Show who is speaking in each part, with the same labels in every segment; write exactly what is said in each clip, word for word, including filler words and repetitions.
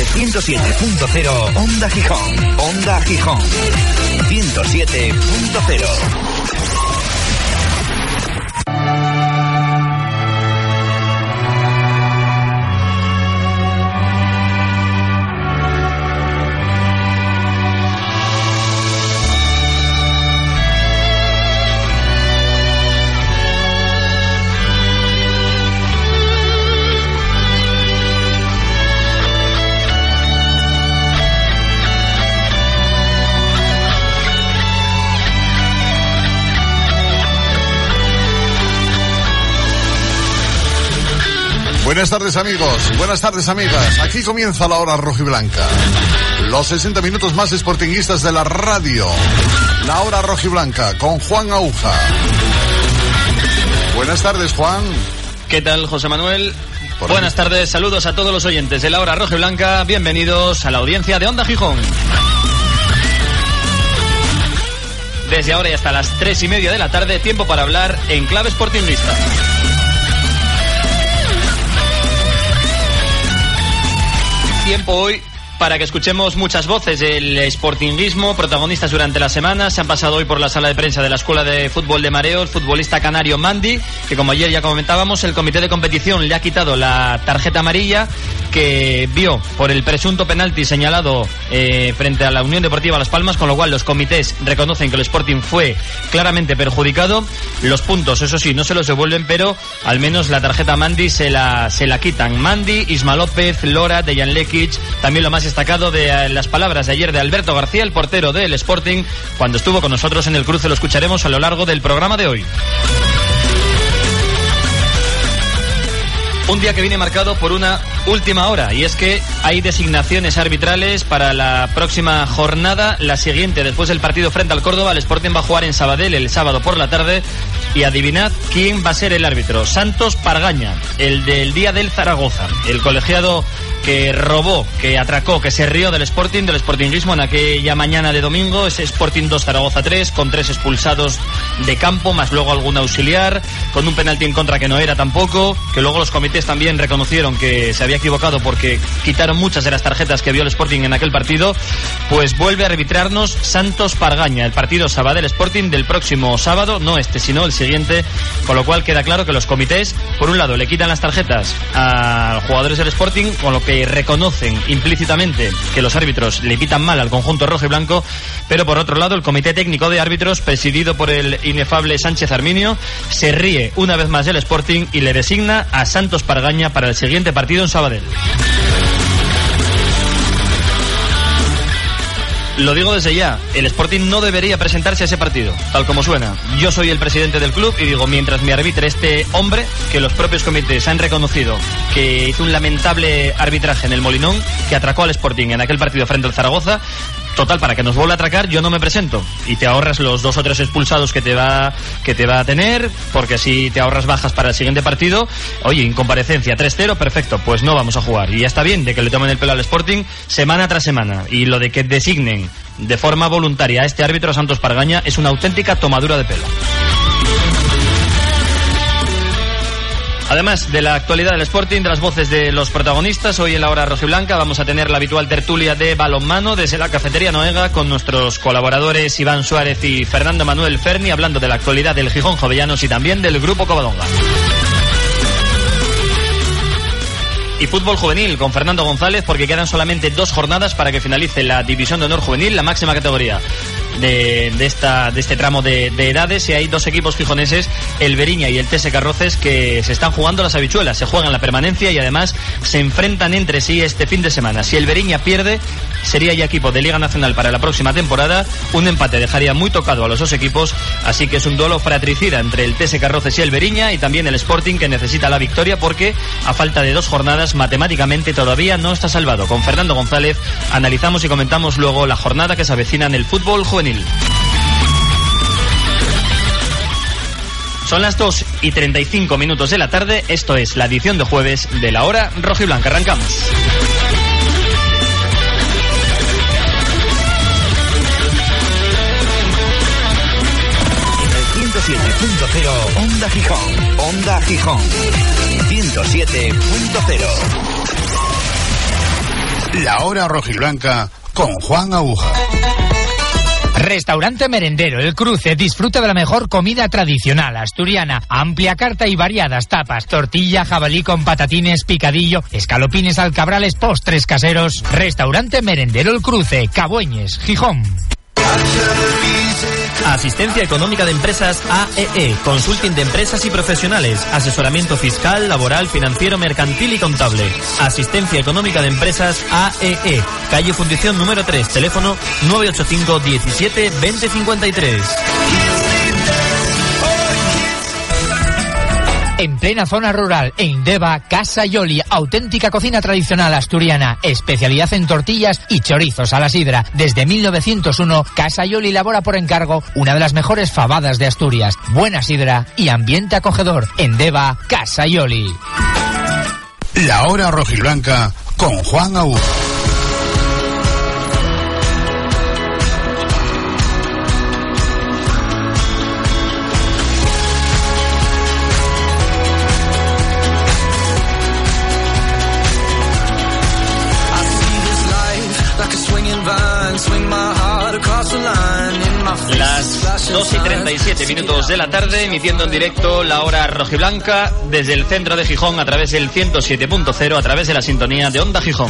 Speaker 1: el ciento siete punto cero Onda Gijón. Onda Gijón. ciento siete punto cero.
Speaker 2: Buenas tardes amigos, buenas tardes amigas. Aquí comienza la hora rojiblanca. Los sesenta minutos más sportinguistas de la radio. La hora rojiblanca con Juan Aguja. Buenas tardes, Juan.
Speaker 3: ¿Qué tal, José Manuel?
Speaker 2: Por
Speaker 3: Buenas
Speaker 2: ahí.
Speaker 3: tardes, saludos a todos los oyentes de la hora rojiblanca. Bienvenidos a la audiencia de Onda Gijón. Desde ahora y hasta las tres y media de la tarde, tiempo para hablar en clave sportinguista. Tiempo hoy para que escuchemos muchas voces del sportinguismo, protagonistas durante la semana. Se han pasado hoy por la sala de prensa de la Escuela de Fútbol de Mareo el futbolista canario Mandi, que como ayer ya comentábamos, el comité de competición le ha quitado la tarjeta amarilla que vio por el presunto penalti señalado eh, frente a la Unión Deportiva Las Palmas, con lo cual los comités reconocen que el Sporting fue claramente perjudicado. Los puntos, eso sí, no se los devuelven, pero al menos la tarjeta Mandi se la, se la quitan. Mandi, Isma López, Lora, Dejan Lekic, también lo más destacado de las palabras de ayer de Alberto García, el portero del Sporting, cuando estuvo con nosotros en el cruce. Lo escucharemos a lo largo del programa de hoy. Un día que viene marcado por una última hora, y es que hay designaciones arbitrales para la próxima jornada, la siguiente después del partido frente al Córdoba. El Sporting va a jugar en Sabadell el sábado por la tarde, y adivinad quién va a ser el árbitro. Santos Pargaña, el del día del Zaragoza, el colegiado que robó, que atracó, que se rió del Sporting, del sportinguismo en aquella mañana de domingo. Ese Sporting dos, Zaragoza tres, con tres expulsados de campo, más luego algún auxiliar, con un penalti en contra que no era tampoco, que luego los comités también reconocieron que se había equivocado porque quitaron muchas de las tarjetas que vio el Sporting en aquel partido. Pues vuelve a arbitrarnos Santos Pargaña, el partido Sabadell Sporting del próximo sábado, no este sino el siguiente, con lo cual queda claro que los comités, por un lado, le quitan las tarjetas a jugadores del Sporting, con lo que reconocen implícitamente que los árbitros le pitan mal al conjunto rojo y blanco, pero por otro lado el comité técnico de árbitros, presidido por el inefable Sánchez Arminio, se ríe una vez más del Sporting y le designa a Santos Pargaña para el siguiente partido en Sabadell. Lo digo desde ya, el Sporting no debería presentarse a ese partido, tal como suena. Yo soy el presidente del club y digo, mientras me arbitre este hombre, que los propios comités han reconocido que hizo un lamentable arbitraje en el Molinón, que atracó al Sporting en aquel partido frente al Zaragoza, total, para que nos vuelva a atracar, yo no me presento. Y te ahorras los dos o tres expulsados que te va que te va a tener, porque así te ahorras bajas para el siguiente partido. Oye, incomparecencia, tres cero, perfecto, pues no vamos a jugar. Y ya está bien de que le tomen el pelo al Sporting semana tras semana. Y lo de que designen de forma voluntaria a este árbitro, Santos Pargaña, es una auténtica tomadura de pelo. Además de la actualidad del Sporting, de las voces de los protagonistas, hoy en la hora rojiblanca vamos a tener la habitual tertulia de balonmano desde la Cafetería Noega, con nuestros colaboradores Iván Suárez y Fernando Manuel Ferni, hablando de la actualidad del Gijón Jovellanos y también del Grupo Covadonga. Y fútbol juvenil con Fernando González, porque quedan solamente dos jornadas para que finalice la División de Honor Juvenil, la máxima categoría de, de, esta, de este tramo de, de edades, y hay dos equipos gijoneses, el Beriña y el T S Carroces, que se están jugando las habichuelas, se juegan la permanencia y además se enfrentan entre sí este fin de semana. Si el Beriña pierde, sería ya equipo de Liga Nacional para la próxima temporada. Un empate dejaría muy tocado a los dos equipos, así que es un duelo fratricida entre el T S Carroces y el Beriña, y también el Sporting, que necesita la victoria porque a falta de dos jornadas matemáticamente todavía no está salvado. Con Fernando González analizamos y comentamos luego la jornada que se avecina en el fútbol juvenil. Son las dos y treinta y cinco minutos de la tarde. Esto es la edición de jueves de la hora rojiblanca. Arrancamos.
Speaker 1: ciento siete punto cero Onda Gijón. Onda Gijón. ciento siete punto cero. La hora rojiblanca con Juan Aguja.
Speaker 4: Restaurante Merendero El Cruce disfruta de la mejor comida tradicional asturiana, amplia carta y variadas tapas, tortilla, jabalí con patatines, picadillo, escalopines, alcabrales, postres caseros. Restaurante Merendero El Cruce, Cabueñes, Gijón.
Speaker 5: Asistencia Económica de Empresas A E E, consulting de empresas y profesionales, asesoramiento fiscal, laboral, financiero, mercantil y contable. Asistencia Económica de Empresas A E E, calle Fundición número tres, teléfono nueve ocho cinco diecisiete veinte cincuenta y tres.
Speaker 4: En plena zona rural, en Deva, Casa Yoli, auténtica cocina tradicional asturiana, especialidad en tortillas y chorizos a la sidra. Desde mil novecientos uno, Casa Yoli elabora por encargo una de las mejores fabadas de Asturias. Buena sidra y ambiente acogedor. En Deva, Casa Yoli.
Speaker 1: La hora rojiblanca con Juan Aguja.
Speaker 3: Las dos y treinta y siete minutos de la tarde, emitiendo en directo la hora rojiblanca desde el centro de Gijón a través del ciento siete punto cero, a través de la sintonía de Onda Gijón.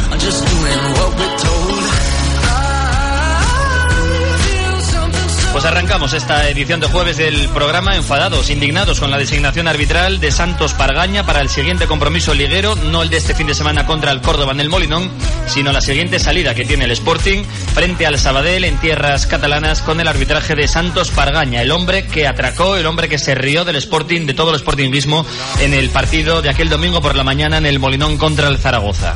Speaker 3: Pues arrancamos esta edición de jueves del programa enfadados, indignados con la designación arbitral de Santos Pargaña para el siguiente compromiso liguero, no el de este fin de semana contra el Córdoba en el Molinón, sino la siguiente salida que tiene el Sporting frente al Sabadell en tierras catalanas con el arbitraje de Santos Pargaña, el hombre que atracó, el hombre que se rió del Sporting, de todo el sportingismo en el partido de aquel domingo por la mañana en el Molinón contra el Zaragoza.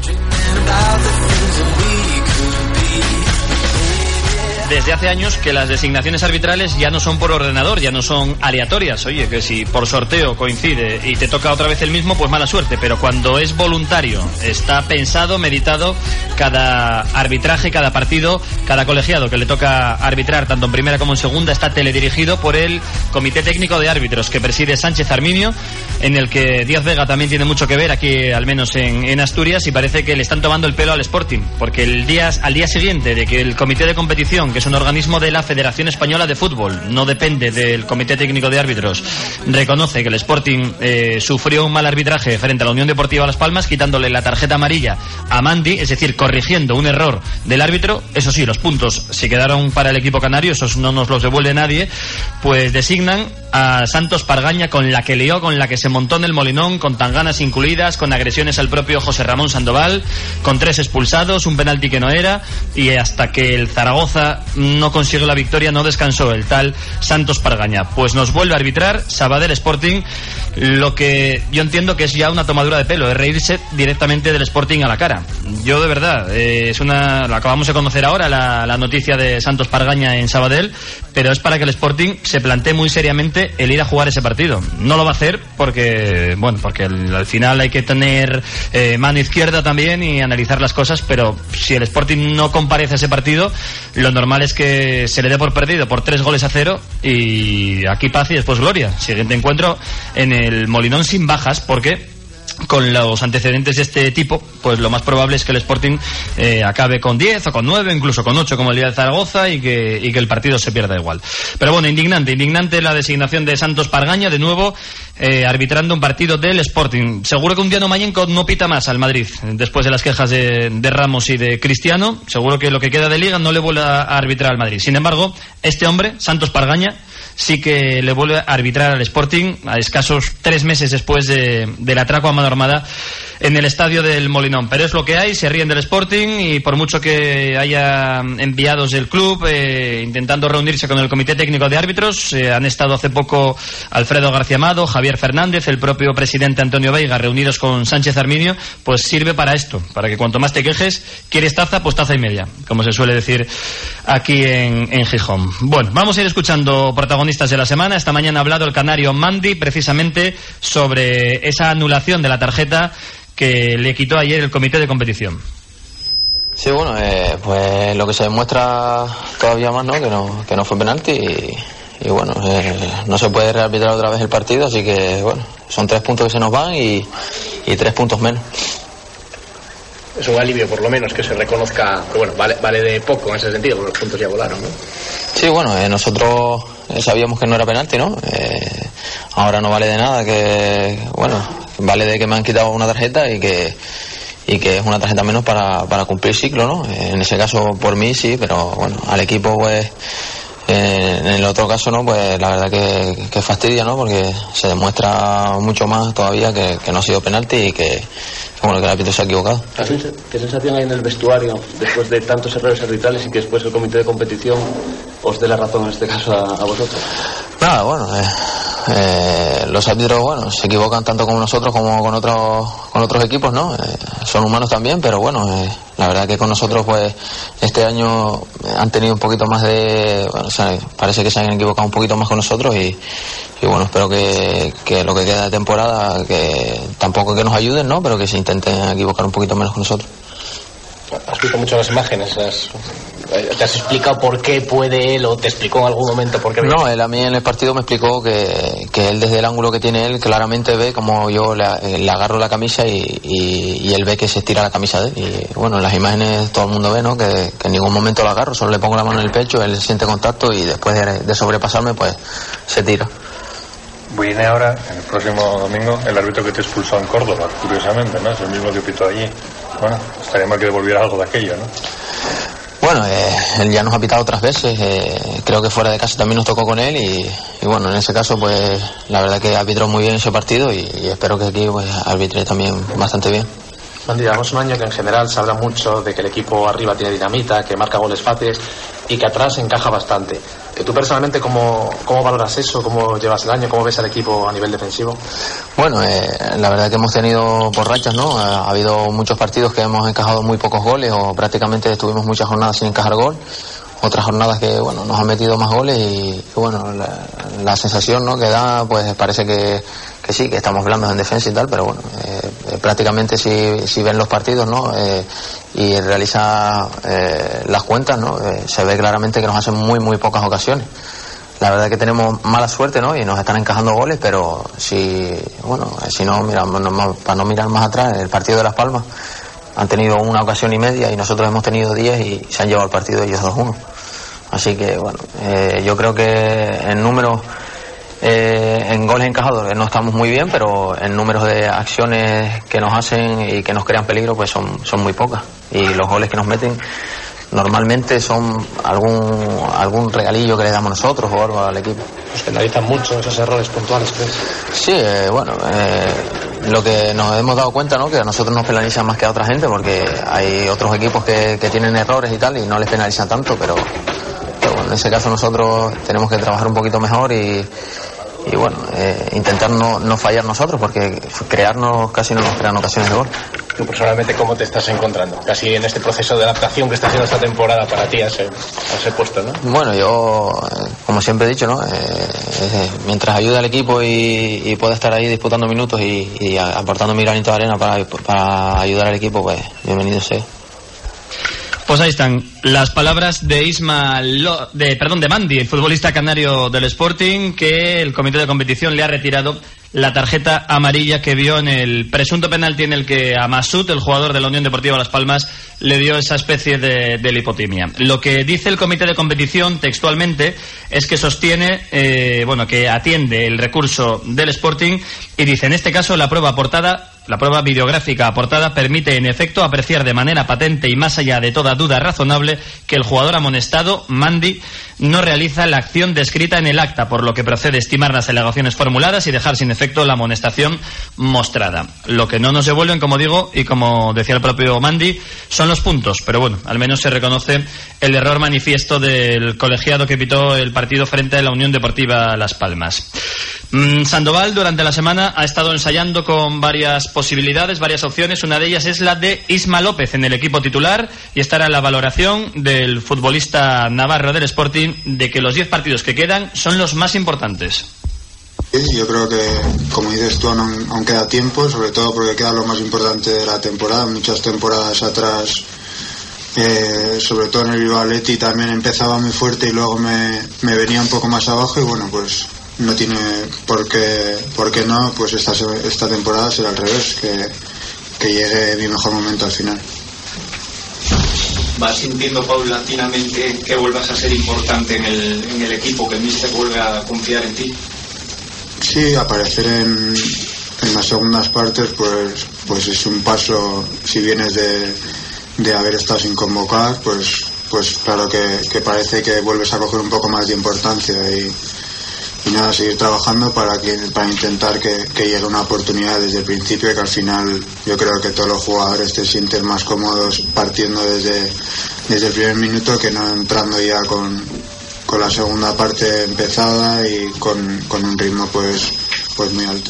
Speaker 3: Desde hace años que las designaciones arbitrales ya no son por ordenador, ya no son aleatorias. Oye, que si por sorteo coincide y te toca otra vez el mismo, pues mala suerte. Pero cuando es voluntario, está pensado, meditado, cada arbitraje, cada partido, cada colegiado que le toca arbitrar, tanto en primera como en segunda, está teledirigido por el Comité Técnico de Árbitros, que preside Sánchez Arminio, en el que Díaz Vega también tiene mucho que ver, aquí al menos en, en Asturias, y parece que le están tomando el pelo al Sporting, porque el día, al día siguiente de que el Comité de Competición, que es un organismo de la Federación Española de Fútbol, no depende del Comité Técnico de Árbitros, reconoce que el Sporting eh, sufrió un mal arbitraje frente a la Unión Deportiva Las Palmas, quitándole la tarjeta amarilla a Mandi, es decir, corrigiendo un error del árbitro. Eso sí, los puntos se quedaron para el equipo canario, esos no nos los devuelve nadie. Pues designan a Santos Pargaña, con la que lió, con la que se montó en el Molinón, con tanganas incluidas, con agresiones al propio José Ramón Sandoval, con tres expulsados, un penalti que no era, y hasta que el Zaragoza no consiguió la victoria, no descansó el tal Santos Pargaña. Pues nos vuelve a arbitrar Sabadell Sporting, lo que yo entiendo que es ya una tomadura de pelo, es reírse directamente del Sporting a la cara. Yo de verdad, eh, es una, lo acabamos de conocer ahora, la, la noticia de Santos Pargaña en Sabadell, pero es para que el Sporting se plantee muy seriamente el ir a jugar ese partido. No lo va a hacer porque, bueno, porque el, al final hay que tener eh, mano izquierda también y analizar las cosas, pero si el Sporting no comparece a ese partido, lo normal es que se le dé por perdido por tres goles a cero, y aquí paz y después gloria. Siguiente encuentro en el Molinón sin bajas, porque con los antecedentes de este tipo, pues lo más probable es que el Sporting eh, acabe con diez o con nueve, incluso con ocho como el día de Zaragoza, y que, y que el partido se pierda igual. Pero bueno, indignante, indignante la designación de Santos Pargaña, de nuevo eh, arbitrando un partido del Sporting. Seguro que un día no Mañenco no pita más al Madrid, después de las quejas de, de Ramos y de Cristiano. Seguro que lo que queda de Liga no le vuelve a arbitrar al Madrid. Sin embargo, este hombre, Santos Pargaña, sí que le vuelve a arbitrar al Sporting a escasos tres meses después de, del atraco a mano armada en el estadio del Molinón. Pero es lo que hay, se ríen del Sporting, y por mucho que haya enviados del club eh, intentando reunirse con el Comité Técnico de Árbitros, eh, han estado hace poco Alfredo García Amado, Javier Fernández, el propio presidente Antonio Veiga, reunidos con Sánchez Arminio, pues sirve para esto, para que cuanto más te quejes, quieres taza, pues taza y media, como se suele decir aquí en, en Gijón. Bueno, vamos a ir escuchando protagonistas de la semana. Esta mañana ha hablado el canario Mandi precisamente sobre esa anulación de la tarjeta que le quitó ayer el comité de competición.
Speaker 6: Sí, bueno, eh, pues lo que se demuestra todavía más, ¿no? Que no, que no fue penalti, y, y bueno, eh, no se puede rearbitrar otra vez el partido, así que bueno, son tres puntos que se nos van y, y tres puntos menos.
Speaker 7: es un alivio por lo menos que se reconozca que bueno, vale, vale de poco en ese sentido, porque los puntos ya volaron, ¿no?
Speaker 6: Sí, bueno, eh, nosotros sabíamos que no era penalti, ¿no? Eh, ahora no vale de nada, que bueno, vale de que me han quitado una tarjeta y que y que es una tarjeta menos para, para cumplir ciclo, ¿no? Eh, en ese caso por mí sí, pero bueno, al equipo pues eh, en el otro caso no, pues la verdad que, que fastidia, ¿no? Porque se demuestra mucho más todavía que, que no ha sido penalti y que bueno, que el árbitro se ha equivocado.
Speaker 7: ¿Qué sensación hay en el vestuario después de tantos errores arbitrales y que después el comité de competición os dé la razón en este caso a, a vosotros?
Speaker 6: Nada, bueno, eh, eh, los árbitros, bueno, se equivocan tanto con nosotros como con otros con otros equipos, ¿no? Eh, son humanos también, pero bueno, eh, la verdad que con nosotros, pues, este año han tenido un poquito más de, bueno, o sea, parece que se han equivocado un poquito más con nosotros y, y bueno, espero que, que lo que queda de temporada, que tampoco que nos ayuden, ¿no? Pero que se intenten equivocar un poquito menos con nosotros.
Speaker 7: Has visto mucho las imágenes, has, ¿te has explicado por qué puede él o te explicó en algún momento por qué?
Speaker 6: No, él a mí en el partido me explicó que, que él desde el ángulo que tiene él claramente ve como yo le, le agarro la camisa y, y, y él ve que se estira la camisa de él. Y bueno, en las imágenes todo el mundo ve, ¿no? Que, que en ningún momento lo agarro, solo le pongo la mano en el pecho, él siente contacto y después de, de sobrepasarme pues se tira.
Speaker 8: Viene ahora, el próximo domingo, el árbitro que te expulsó en Córdoba, curiosamente, ¿no? Es el mismo que pitó allí. Bueno, estaría mal que devolviera algo de aquello, ¿no?
Speaker 6: Bueno, eh, él ya nos ha pitado otras veces, eh, creo que fuera de casa también nos tocó con él y, y bueno, en ese caso pues la verdad que arbitró muy bien ese partido y, y espero que aquí pues arbitre también bastante bien.
Speaker 7: Mandy, llevamos un año que en general se habla mucho de que el equipo arriba tiene dinamita, que marca goles fáciles y que atrás encaja bastante. ¿Tú personalmente cómo, cómo valoras eso? ¿Cómo llevas el año? ¿Cómo ves al equipo a nivel defensivo?
Speaker 6: Bueno, eh, la verdad que hemos tenido por rachas, ¿no? Ha, ha habido muchos partidos que hemos encajado muy pocos goles o prácticamente estuvimos muchas jornadas sin encajar gol. Otras jornadas que, bueno, nos han metido más goles y, y bueno, la, la sensación, ¿no? que da, pues parece que, que sí, que estamos blandos en defensa y tal, pero bueno, eh, prácticamente si, si ven los partidos, ¿no? Eh, y realiza eh, las cuentas, ¿no? Eh, se ve claramente que nos hacen muy, muy pocas ocasiones. La verdad que tenemos mala suerte, ¿no? Y nos están encajando goles, pero si, bueno, si no, miramos, no, para no mirar más atrás, el partido de Las Palmas han tenido una ocasión y media y nosotros hemos tenido diez y se han llevado el partido ellos dos uno. Así que, bueno, eh, yo creo que en números, eh, en goles encajados no estamos muy bien, pero en números de acciones que nos hacen y que nos crean peligro, pues son, son muy pocas. Y los goles que nos meten normalmente son algún algún regalillo que le damos nosotros o algo al equipo.
Speaker 7: Pues penalizan mucho esos errores puntuales, ¿crees?
Speaker 6: Sí, eh, bueno, eh, lo que nos hemos dado cuenta, ¿no? Que a nosotros nos penalizan más que a otra gente, porque hay otros equipos que, que tienen errores y tal y no les penalizan tanto, pero, pero bueno, en ese caso nosotros tenemos que trabajar un poquito mejor y, y bueno, eh, intentar no, no fallar nosotros, porque crearnos casi no nos crean ocasiones de gol.
Speaker 7: Tú personalmente, ¿cómo te estás encontrando? Casi en este proceso de adaptación que está haciendo esta temporada para ti a ese, a ese puesto, ¿no?
Speaker 6: Bueno, yo, como siempre he dicho, ¿no? Eh, eh, mientras ayude al equipo y, y pueda estar ahí disputando minutos y, y aportando mi granito de arena para, para ayudar al equipo, pues bienvenido sea.
Speaker 3: Pues ahí están las palabras de Isma Lo, de perdón de Mandy, el futbolista canario del Sporting, que el comité de competición le ha retirado la tarjeta amarilla que vio en el presunto penalti en el que a Masud, el jugador de la Unión Deportiva Las Palmas, le dio esa especie de, de lipotimia. Lo que dice el comité de competición textualmente es que sostiene, eh, bueno, que atiende el recurso del Sporting y dice, en este caso la prueba aportada, la prueba videográfica aportada permite en efecto apreciar de manera patente y más allá de toda duda razonable que el jugador amonestado, Mandy, no realiza la acción descrita en el acta, por lo que procede estimar las alegaciones formuladas y dejar sin efecto la amonestación mostrada. Lo que no nos devuelven, como digo, y como decía el propio Mandy, son los puntos, pero bueno, al menos se reconoce el error manifiesto del colegiado que pitó el partido frente a la Unión Deportiva Las Palmas. Mm, Sandoval durante la semana ha estado ensayando con varias posibilidades, varias opciones. Una de ellas es la de Isma López en el equipo titular y estará la valoración del futbolista navarro del Sporting de que los diez partidos que quedan son los más importantes.
Speaker 9: Sí, yo creo que, como dices tú, aún, aún queda tiempo, sobre todo porque queda lo más importante de la temporada. Muchas temporadas atrás, eh, sobre todo en el Bilbao Athletic, también empezaba muy fuerte y luego me, me venía un poco más abajo y bueno, pues no tiene por qué, por qué no, pues esta, esta temporada será al revés, que, que llegue mi mejor momento al final.
Speaker 10: vas sintiendo paulatinamente que vuelvas a ser importante en el, en el equipo, que el míster vuelve a confiar en ti?
Speaker 9: Sí, aparecer en, en las segundas partes pues, pues es un paso. Si vienes de, de haber estado sin convocar, pues, pues claro que, que parece que vuelves a coger un poco más de importancia y, y nada, seguir trabajando para, que, para intentar que, que llegue una oportunidad desde el principio y que al final yo creo que todos los jugadores te sienten más cómodos partiendo desde, desde el primer minuto que no entrando ya con, con la segunda parte empezada y con, con un ritmo pues, pues muy alto.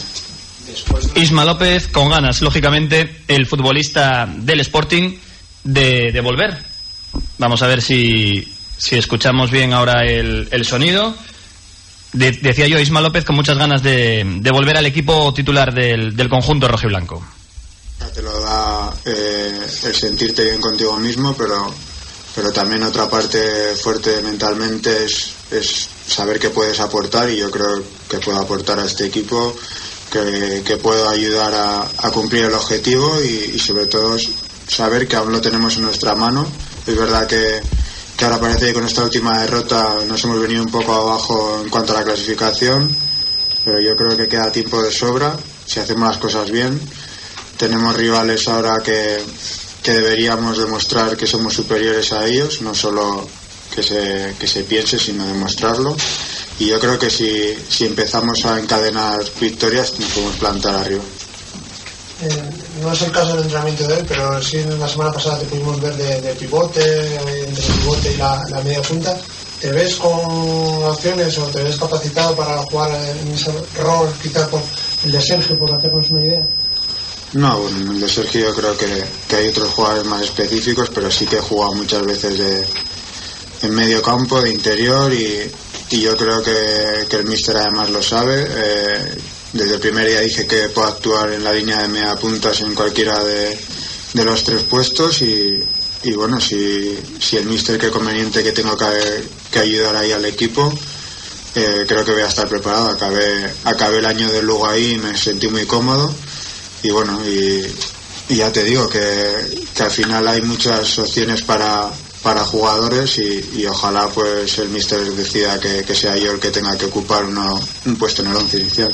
Speaker 3: Isma López con ganas, lógicamente, el futbolista del Sporting de, de volver. Vamos a ver si, si escuchamos bien ahora el, el sonido. De, decía yo, Isma López con muchas ganas de, de volver al equipo titular del, del conjunto rojiblanco.
Speaker 9: Te lo da eh, el sentirte bien contigo mismo, pero, pero también otra parte fuerte mentalmente es, es saber que puedes aportar, y yo creo que puedo aportar a este equipo, que, que puedo ayudar a, a cumplir el objetivo y, y sobre todo saber que aún lo tenemos en nuestra mano. Es verdad que que ahora parece que con esta última derrota nos hemos venido un poco abajo en cuanto a la clasificación, pero yo creo que queda tiempo de sobra si hacemos las cosas bien. Tenemos rivales ahora que, que deberíamos demostrar que somos superiores a ellos, no solo que se, que se piense, sino demostrarlo, y yo creo que si, si empezamos a encadenar victorias nos podemos plantar arriba.
Speaker 11: Eh, no es el caso del entrenamiento de él, pero sí en la semana pasada te pudimos ver de, de pivote, entre el pivote y la, la media punta. ¿Te ves con opciones o te ves capacitado para jugar en ese rol, quizás por el de Sergio, por hacernos una idea?
Speaker 9: No, bueno, el de Sergio yo creo que, que hay otros jugadores más específicos, pero sí que he jugado muchas veces de, en medio campo, de interior, y, y yo creo que, que el míster además lo sabe. Eh, Desde el primer día dije que puedo actuar en la línea de media puntas en cualquiera de, de los tres puestos y, y bueno, si, si el míster cree conveniente que tengo que, que ayudar ahí al equipo, eh, creo que voy a estar preparado. Acabé, acabé el año de Lugo ahí y me sentí muy cómodo y bueno, y, y ya te digo que, que al final hay muchas opciones para, para jugadores y, y ojalá pues el míster decida que, que sea yo el que tenga que ocupar uno, un puesto en el once inicial.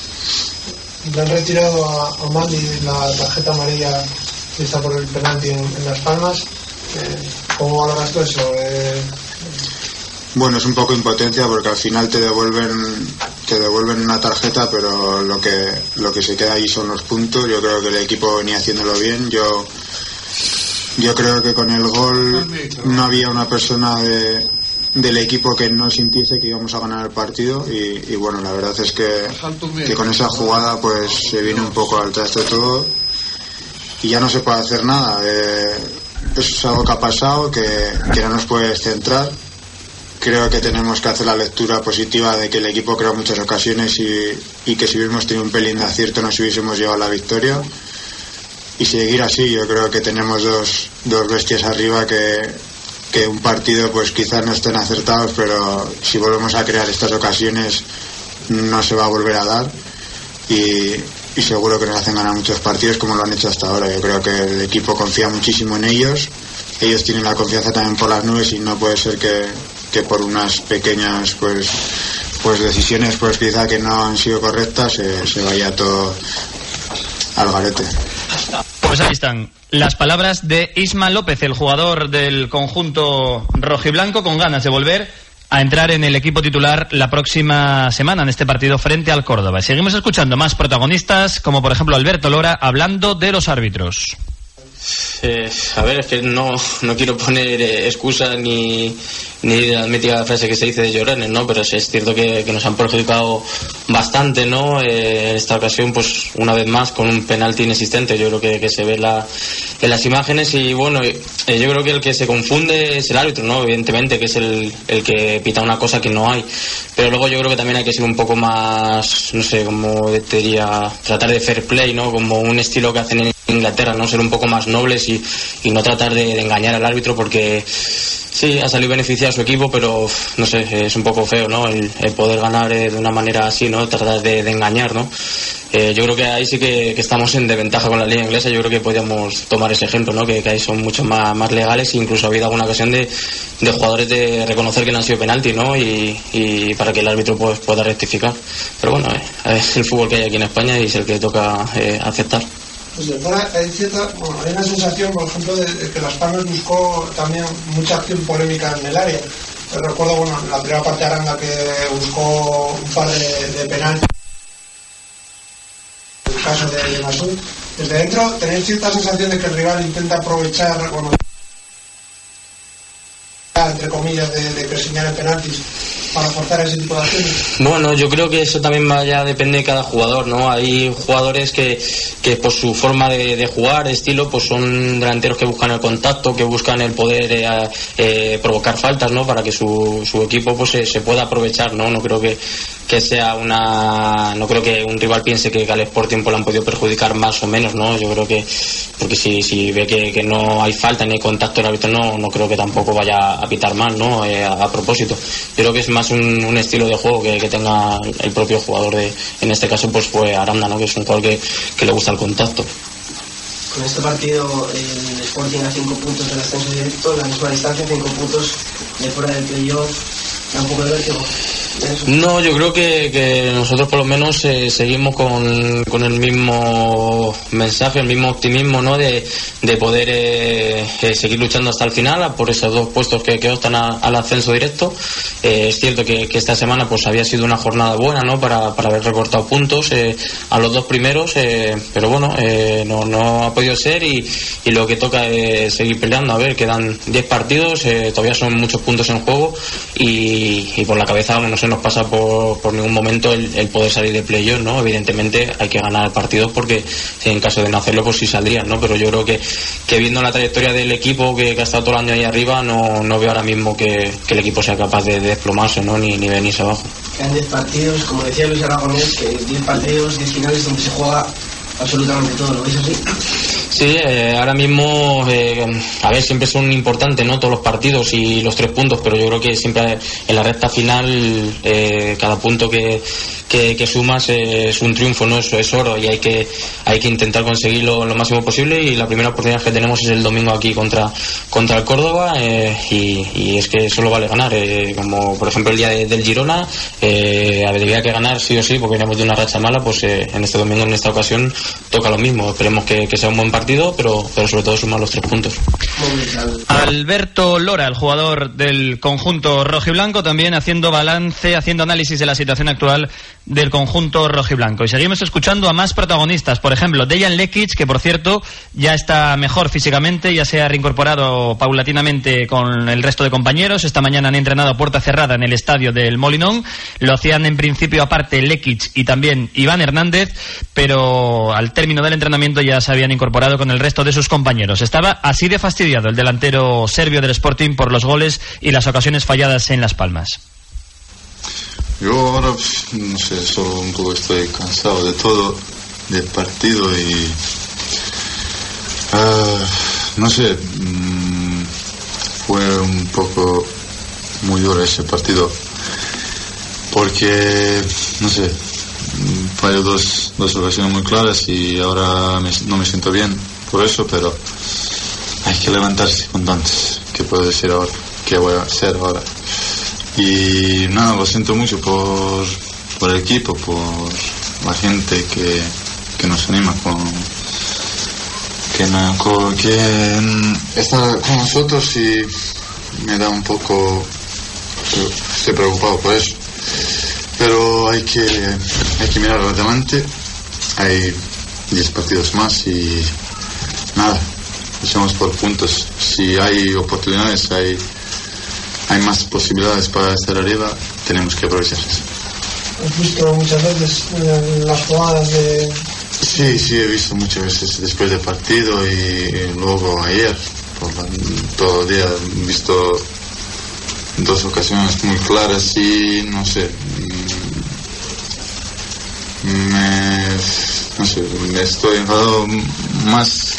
Speaker 11: Le han retirado a, a Mandi la tarjeta amarilla que está por el penalti en, en Las Palmas. Eh, ¿Cómo valoras tú eso? Eh,
Speaker 9: bueno, es un poco impotencia porque al final te devuelven te devuelven una tarjeta, pero lo que lo que se queda ahí son los puntos. Yo creo que el equipo venía haciéndolo bien. Yo yo creo que con el gol no había una persona de del equipo que no sintiese que íbamos a ganar el partido y, y bueno, la verdad es que, que con esa jugada pues se viene un poco al traste todo y ya no se puede hacer nada. Eh, eso es algo que ha pasado, que, que no nos puede centrar. Creo que tenemos que hacer la lectura positiva de que el equipo creó muchas ocasiones y, y que si hubiésemos tenido un pelín de acierto nos hubiésemos llevado la victoria y seguir así. Yo creo que tenemos dos, dos bestias arriba que que un partido pues quizás no estén acertados, pero si volvemos a crear estas ocasiones no se va a volver a dar y, y seguro que nos hacen ganar muchos partidos como lo han hecho hasta ahora. Yo creo que el equipo confía muchísimo en ellos, ellos tienen la confianza también por las nubes y no puede ser que, que por unas pequeñas pues pues decisiones pues quizá que no han sido correctas se, se vaya todo al garete.
Speaker 3: Pues ahí están las palabras de Isma López, el jugador del conjunto rojiblanco, con ganas de volver a entrar en el equipo titular la próxima semana en este partido frente al Córdoba. Seguimos escuchando más protagonistas, como por ejemplo Alberto Lora, hablando de los árbitros.
Speaker 12: Eh, a ver, es que no, no quiero poner eh, excusas ni, ni la mítica frase que se dice de Llorones, ¿no? Pero sí es cierto que, que nos han perjudicado bastante, ¿no? Eh, en esta ocasión, pues una vez más con un penalti inexistente. Yo creo que, que se ve la, en las imágenes y bueno, eh, yo creo que el que se confunde es el árbitro, ¿no? Evidentemente, que es el, el que pita una cosa que no hay. Pero luego yo creo que también hay que ser un poco más, no sé, como te diría, tratar de fair play, ¿no? Como un estilo que hacen en Inglaterra, ¿no? Ser un poco más nobles y, y no tratar de, de engañar al árbitro porque sí, ha salido beneficiado a su equipo, pero no sé, es un poco feo, ¿no? El, el poder ganar eh, de una manera así, ¿no? Tratar de, de engañar, ¿no? Eh, yo creo que ahí sí que, que estamos en desventaja con la liga inglesa. Yo creo que podríamos tomar ese ejemplo, ¿no? Que, que ahí son mucho más, más legales, e incluso ha habido alguna ocasión de, de jugadores de reconocer que no han sido penalti, ¿no? Y, y para que el árbitro pues, pueda rectificar. Pero bueno, eh, es el fútbol que hay aquí en España y es el que toca eh, aceptar.
Speaker 11: Pues de fuera hay cierta, bueno, hay una sensación, por ejemplo, de, de que Las Palmas buscó también mucha acción polémica en el área. Yo recuerdo, bueno, en la primera parte de Aranda que buscó un par de, de penaltis. El caso de, de Masud. Desde dentro tenéis cierta sensación de que el rival intenta aprovechar, bueno, entre comillas, de, de que señalen penaltis para forzar ese tipo de acciones.
Speaker 12: Bueno, yo creo que eso también vaya depende de cada jugador, ¿no? Hay jugadores que, que por su forma de, de jugar, de estilo, pues son delanteros que buscan el contacto, que buscan el poder eh, eh, provocar faltas, ¿no? Para que su, su equipo pues se, se pueda aprovechar, ¿no? No creo que, que sea una... No creo que un rival piense que al Sporting pues, le han podido perjudicar más o menos, ¿no? Yo creo que... Porque si, si ve que, que no hay falta ni hay contacto, el árbitro no, no creo que tampoco vaya a pitar mal, ¿no? Eh, a, a propósito. Yo creo que es más un, un estilo de juego que, que tenga el propio jugador de... En este caso pues fue Aranda, ¿no? Que es un jugador que, que le gusta el contacto.
Speaker 13: Con este partido el Sporting a cinco puntos del ascenso directo, la misma distancia, cinco puntos de fuera del playoff, da un poco de vértigo.
Speaker 12: No, yo creo que, que nosotros por lo menos eh, seguimos con, con el mismo mensaje, el mismo optimismo, ¿no? De, de poder eh, eh, seguir luchando hasta el final por esos dos puestos que, que optan a, al ascenso directo. Eh, es cierto que, que esta semana pues había sido una jornada buena, ¿no? Para, para haber recortado puntos eh, a los dos primeros, eh, pero bueno, eh, no, no ha podido ser y, y lo que toca es seguir peleando. A ver, quedan diez partidos, eh, todavía son muchos puntos en juego y, y por la cabeza vamos, no sé, nos pasa por, por ningún momento el, el poder salir de playoff, ¿no? Evidentemente hay que ganar partidos porque en caso de no hacerlo pues sí saldrían, ¿no? Pero yo creo que, que viendo la trayectoria del equipo que, que ha estado todo el año ahí arriba no, no veo ahora mismo que, que el equipo sea capaz de, de desplomarse, ¿no? Ni, ni venirse abajo.
Speaker 13: Quedan diez partidos, como decía Luis Aragonés, que diez partidos, diez finales donde se juega absolutamente todo, ¿lo veis así?
Speaker 12: Sí, eh, ahora mismo, eh, a ver, siempre son importantes, ¿no? Todos los partidos y los tres puntos, pero yo creo que siempre en la recta final eh, cada punto que, que, que sumas eh, es un triunfo, ¿no? Eso es oro y hay que hay que intentar conseguirlo lo máximo posible y la primera oportunidad que tenemos es el domingo aquí contra contra el Córdoba eh, y, y es que solo vale ganar, eh, como por ejemplo el día de, del Girona, eh, habría que ganar sí o sí porque veníamos de una racha mala, pues eh, en este domingo, en esta ocasión, toca lo mismo, esperemos que, que sea un buen partido, pero, pero sobre todo sumar los tres puntos.
Speaker 3: Alberto Lora, el jugador del conjunto rojiblanco, también haciendo balance, haciendo análisis de la situación actual del conjunto rojiblanco. Y seguimos escuchando a más protagonistas, por ejemplo, Dejan Lekic, que por cierto ya está mejor físicamente, ya se ha reincorporado paulatinamente con el resto de compañeros. Esta mañana han entrenado a puerta cerrada en el estadio del Molinón. Lo hacían en principio aparte Lekic y también Iván Hernández, pero al término del entrenamiento ya se habían incorporado con el resto de sus compañeros. Estaba así de fastidiado el delantero serbio del Sporting por los goles y las ocasiones falladas en Las Palmas.
Speaker 14: Yo ahora, no sé, solo un poco estoy cansado de todo, del partido y... Uh, no sé, mmm, fue un poco muy duro ese partido, porque, no sé, falló dos, dos ocasiones muy claras y ahora me, no me siento bien por eso, pero hay que levantarse cuanto antes. ¿Qué puedo decir ahora? ¿Qué voy a hacer ahora? Y nada, lo siento mucho por, por el equipo, por la gente que, que nos anima con que, na, con, que está con nosotros y me da un poco, estoy preocupado por eso, pero hay que hay que mirar adelante, hay diez partidos más y nada, luchamos por puntos. Si hay oportunidades, hay hay más posibilidades para estar arriba, tenemos que aprovecharlas.
Speaker 11: ¿Has visto muchas veces eh, las jugadas de...?
Speaker 14: Sí, sí, he visto muchas veces después del partido y, y luego ayer, por la, todo el día, he visto dos ocasiones muy claras y no sé, me, no sé, me estoy enfadado más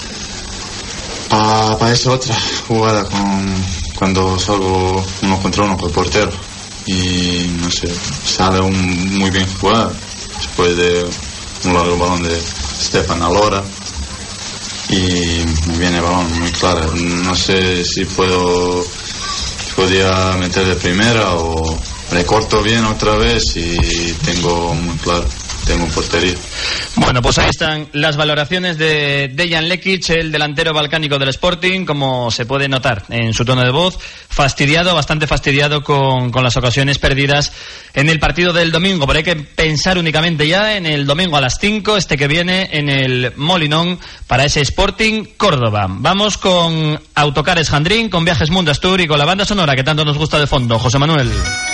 Speaker 14: para pa esa otra jugada con... cuando salgo uno contra uno con el portero y no sé, sale un muy bien jugado después de un largo balón de Stefan Alora y me viene el balón muy claro. No sé si puedo podía meter de primera o recorto bien otra vez y tengo muy claro, tengo portería.
Speaker 3: Bueno, pues ahí están las valoraciones de Dejan Lekic, el delantero balcánico del Sporting, como se puede notar en su tono de voz, fastidiado, bastante fastidiado con, con las ocasiones perdidas en el partido del domingo, pero hay que pensar únicamente ya en el domingo a las cinco, este que viene en el Molinón, para ese Sporting Córdoba. Vamos con Autocares Jandrín, con Viajes Mundo Astur y con la banda sonora que tanto nos gusta de fondo, José Manuel.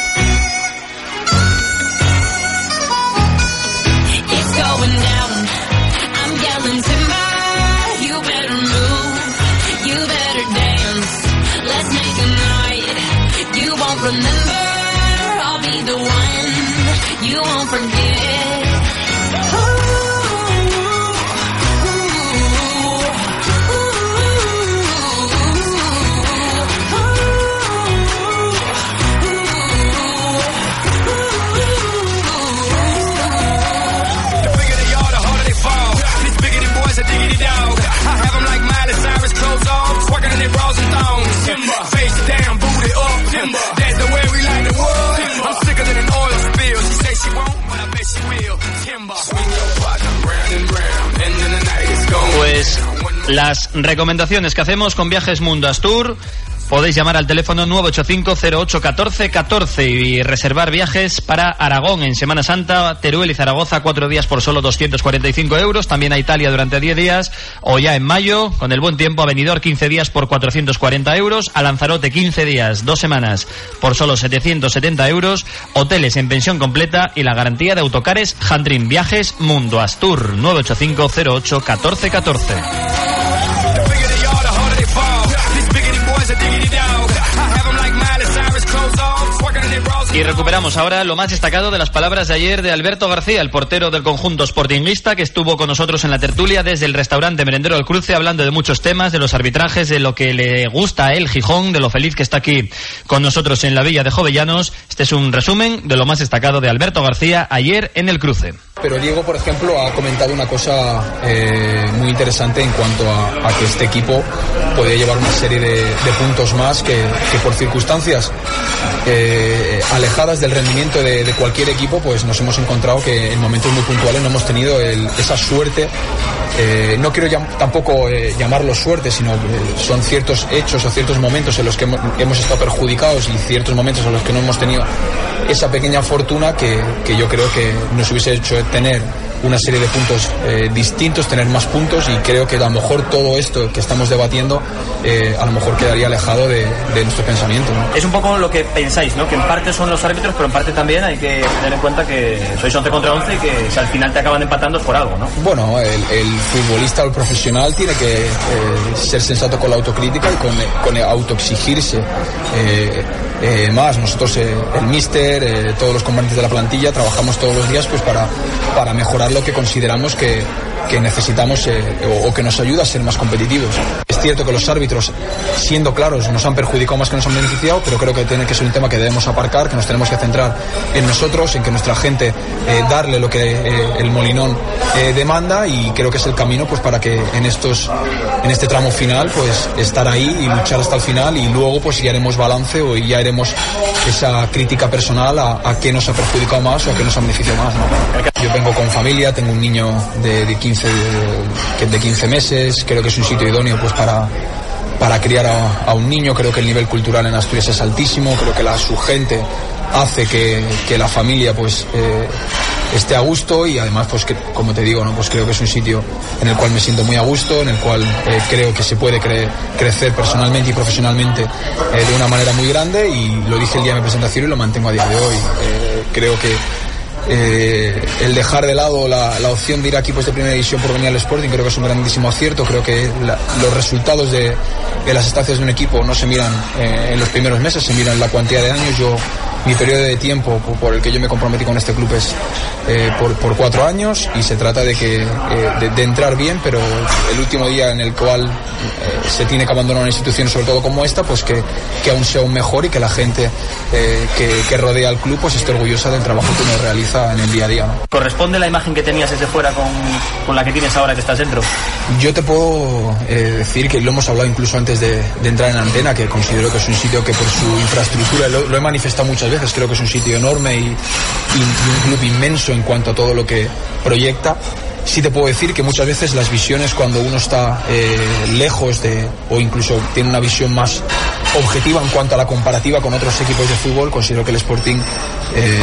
Speaker 15: Remember, I'll be the one you won't forget.
Speaker 16: The bigger they are, the harder they fall. This bigger than boys, a diggity dog. I have them like Miley Cyrus, clothes off, twerking in their bras and thongs. Timber, face down, booty up. Timber, that's the way we like the world. Timber, I'm sicker than an oil spill. She say she won't, but I bet she will. Timber, swing your partner round and round, and then the night is gone.
Speaker 3: Pues las recomendaciones que hacemos con Viajes Mundo Astur. Podéis llamar al teléfono nueve ocho cinco cero ocho uno cuatro uno cuatro y reservar viajes para Aragón en Semana Santa, Teruel y Zaragoza, cuatro días por solo doscientos cuarenta y cinco euros, también a Italia durante diez días, o ya en mayo, con el buen tiempo, a Benidorm quince días por cuatrocientos cuarenta euros, a Lanzarote quince días, dos semanas por solo setecientos setenta euros, hoteles en pensión completa y la garantía de Autocares Jandrín. Viajes Mundo Astur, nueve ocho cinco cero ocho uno cuatro uno cuatro. Y recuperamos ahora lo más destacado de las palabras de ayer de Alberto García, el portero del conjunto sportinguista, que estuvo con nosotros en la tertulia desde el restaurante Merendero del Cruce, hablando de muchos temas, de los arbitrajes, de lo que le gusta a él, Gijón, de lo feliz que está aquí con nosotros en la Villa de Jovellanos. Este es un resumen de lo más destacado de Alberto García ayer en el Cruce.
Speaker 17: Pero Diego, por ejemplo, ha comentado una cosa eh, muy interesante en cuanto a, a que este equipo podía llevar una serie de, de puntos más que, que por circunstancias eh, alejadas del rendimiento de, de cualquier equipo, pues nos hemos encontrado que en momentos muy puntuales no hemos tenido el, esa suerte. Eh, no quiero llam- tampoco eh, llamarlo suerte, sino eh, son ciertos hechos o ciertos momentos en los que hemos, hemos estado perjudicados y ciertos momentos en los que no hemos tenido esa pequeña fortuna que, que yo creo que nos hubiese hecho tener una serie de puntos eh, distintos, tener más puntos, y creo que a lo mejor todo esto que estamos debatiendo eh, a lo mejor quedaría alejado de, de nuestro pensamiento, ¿no?
Speaker 3: Es un poco lo que pensáis, ¿no? Que en parte son los árbitros, pero en parte también hay que tener en cuenta que sois once contra once y que si al final te acaban empatando es por algo, ¿no?
Speaker 17: Bueno, el, el futbolista o el profesional tiene que eh, ser sensato con la autocrítica y con, con autoexigirse eh, eh, más. Nosotros, eh, el míster, eh, todos los componentes de la plantilla, trabajamos todos los días pues para, para mejorar lo que consideramos que, que necesitamos eh, o, o que nos ayuda a ser más competitivos. Es cierto que los árbitros, siendo claros, nos han perjudicado más que nos han beneficiado, pero creo que tiene que ser un tema que debemos aparcar, que nos tenemos que centrar en nosotros, en que nuestra gente eh, darle lo que eh, el Molinón eh, demanda, y creo que es el camino pues para que en estos en este tramo final pues estar ahí y luchar hasta el final, y luego pues ya haremos balance o ya haremos esa crítica personal a, a qué nos ha perjudicado más o a qué nos ha beneficiado más, ¿no? Yo vengo con familia, tengo un niño de, de quince de, de quince meses, creo que es un sitio idóneo pues para para criar a, a un niño. Creo que el nivel cultural en Asturias es altísimo, creo que la su gente hace que, que la familia pues eh, esté a gusto, y además pues que, como te digo, no pues creo que es un sitio en el cual me siento muy a gusto, en el cual eh, creo que se puede cre- crecer personalmente y profesionalmente eh, de una manera muy grande, y lo dije el día de mi presentación y lo mantengo a día de hoy. Eh, creo que Eh, el dejar de lado la, la opción de ir a equipos de primera división por venir al Sporting creo que es un grandísimo acierto. Creo que la, los resultados de, de las estancias de un equipo no se miran eh, en los primeros meses, se miran en la cuantía de años. Yo, mi periodo de tiempo por, por el que yo me comprometí con este club es eh, por, por cuatro años, y se trata de que eh, de, de entrar bien, pero el último día en el cual eh, se tiene que abandonar una institución, sobre todo como esta, pues que, que aún sea un mejor, y que la gente eh, que, que rodea al club pues esté orgullosa del trabajo que uno realiza. utiliza en el día a día, ¿no?
Speaker 3: ¿Corresponde la imagen que tenías desde fuera con, con la que tienes ahora que estás dentro?
Speaker 17: Yo te puedo eh, decir que lo hemos hablado incluso antes de, de entrar en antena, que considero que es un sitio que por su infraestructura, lo, lo he manifestado muchas veces, creo que es un sitio enorme y, y, y un club inmenso en cuanto a todo lo que proyecta. Sí te puedo decir que muchas veces las visiones, cuando uno está eh, lejos de, o incluso tiene una visión más objetiva en cuanto a la comparativa con otros equipos de fútbol, considero que el Sporting eh,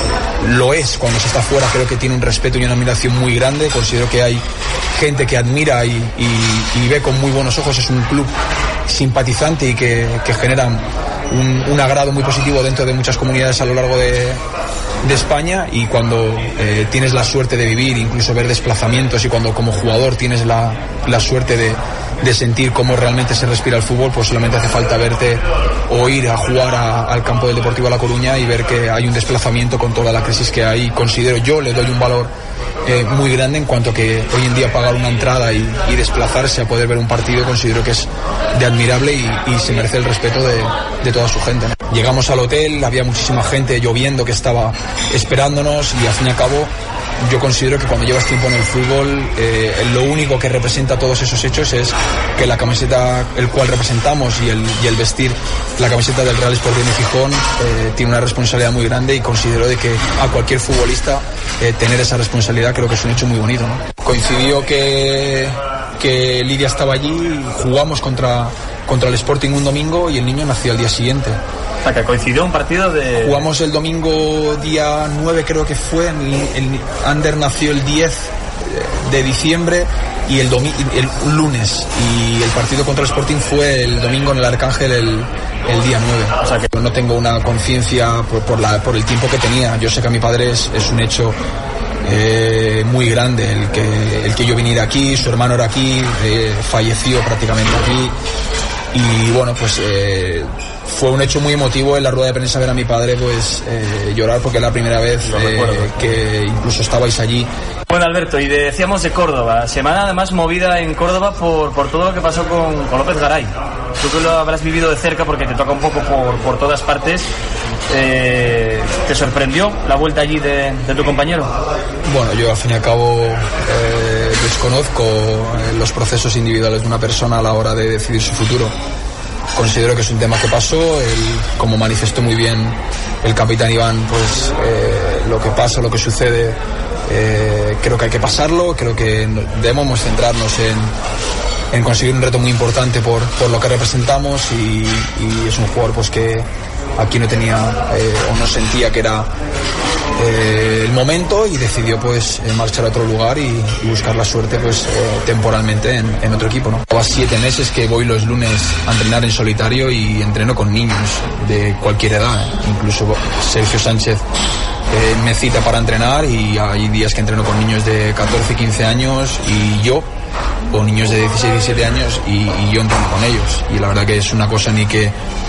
Speaker 17: lo es cuando se está fuera. Creo que tiene un respeto y una admiración muy grande. Considero que hay gente que admira y, y, y ve con muy buenos ojos. Es un club simpatizante y que, que genera un, un agrado muy positivo dentro de muchas comunidades a lo largo de, de España. Y cuando eh, tienes la suerte de vivir, incluso ver desplazamientos, y cuando como jugador tienes la, la suerte de, de sentir cómo realmente se respira el fútbol, pues solamente hace falta verte o ir a jugar a, al campo del Deportivo La Coruña y ver que hay un desplazamiento con toda la crisis que hay. Considero, yo le doy un valor eh, muy grande en cuanto que hoy en día pagar una entrada y, y desplazarse a poder ver un partido, considero que es de admirable y, y se merece el respeto de, de toda su gente, ¿no? Llegamos al hotel, había muchísima gente lloviendo que estaba esperándonos, y al fin y al cabo yo considero que cuando llevas tiempo en el fútbol, eh, lo único que representa todos esos hechos es que la camiseta el cual representamos y el, y el vestir la camiseta del Real Sporting de Gijón eh, tiene una responsabilidad muy grande, y considero de que a cualquier futbolista eh, tener esa responsabilidad creo que es un hecho muy bonito, ¿no? Coincidió que, que Lidia estaba allí, jugamos contra, contra el Sporting un domingo y el niño nació al día siguiente.
Speaker 3: O sea, que coincidió un partido de...
Speaker 17: Jugamos el domingo día nueve, creo que fue, el, el Ander nació el diez de diciembre y el, domi el lunes, y el partido contra el Sporting fue el domingo en el Arcángel el, el día nueve. O sea, que no tengo una conciencia por, por, la, por el tiempo que tenía. Yo sé que a mi padre es, es un hecho eh, muy grande el que, el que yo viniera aquí, su hermano era aquí, eh, falleció prácticamente aquí. Y bueno, pues eh, fue un hecho muy emotivo en la rueda de prensa ver a mi padre pues eh, llorar, porque es la primera vez eh, que incluso estabais allí.
Speaker 3: Bueno, Alberto, y decíamos de Córdoba, semana además movida en Córdoba por, por todo lo que pasó con, con López Garay. Tú que lo habrás vivido de cerca porque te toca un poco por, por todas partes. Eh, ¿Te sorprendió la vuelta allí de, de tu compañero?
Speaker 17: Bueno, yo al fin y al cabo eh, desconozco eh, los procesos individuales de una persona a la hora de decidir su futuro. Considero que es un tema que pasó, el, como manifestó muy bien el capitán Iván, pues eh, lo que pasa, lo que sucede, eh, creo que hay que pasarlo. Creo que debemos centrarnos en, en conseguir un reto muy importante por, por lo que representamos, y, y es un jugador pues que aquí no tenía eh, o no sentía que era eh, el momento, y decidió pues eh, marchar a otro lugar y, y buscar la suerte pues eh, temporalmente en, en otro equipo, ¿no? Lleva siete meses que voy los lunes a entrenar en solitario y entreno con niños de cualquier edad, ¿eh? Incluso Sergio Sánchez eh, me cita para entrenar, y hay días que entreno con niños de catorce, quince años y yo, o niños de dieciséis, diecisiete años y, y yo entreno con ellos, y la verdad que es una cosa ni que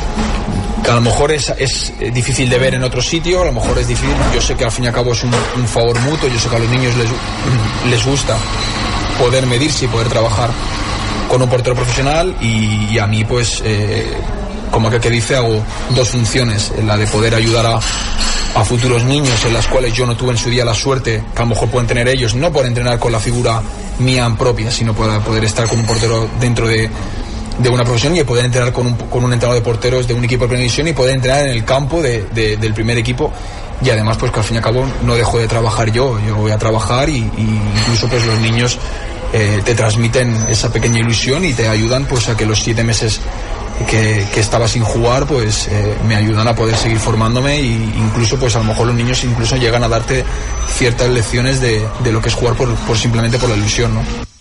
Speaker 17: que a lo mejor es, es difícil de ver en otro sitio, a lo mejor es difícil. Yo sé que al fin y al cabo es un, un favor mutuo. Yo sé que a los niños les, les gusta poder medirse y poder trabajar con un portero profesional, y, y a mí pues eh, como aquel que dice, hago dos funciones: la de poder ayudar a, a futuros niños en las cuales yo no tuve en su día la suerte que a lo mejor pueden tener ellos, no por entrenar con la figura mía propia, sino para poder estar con un portero dentro de de una profesión, y poder entrenar con un, con un entrenador de porteros de un equipo de primera división, y poder entrenar en el campo de, de, del primer equipo. Y además pues que al fin y al cabo no dejo de trabajar yo, yo voy a trabajar, y, y incluso pues los niños eh, te transmiten esa pequeña ilusión y te ayudan pues a que los siete meses que, que estaba sin jugar pues eh, me ayudan a poder seguir formándome, e incluso pues a lo mejor los niños incluso llegan a darte ciertas lecciones de, de lo que es jugar por, por simplemente por la ilusión, ¿no?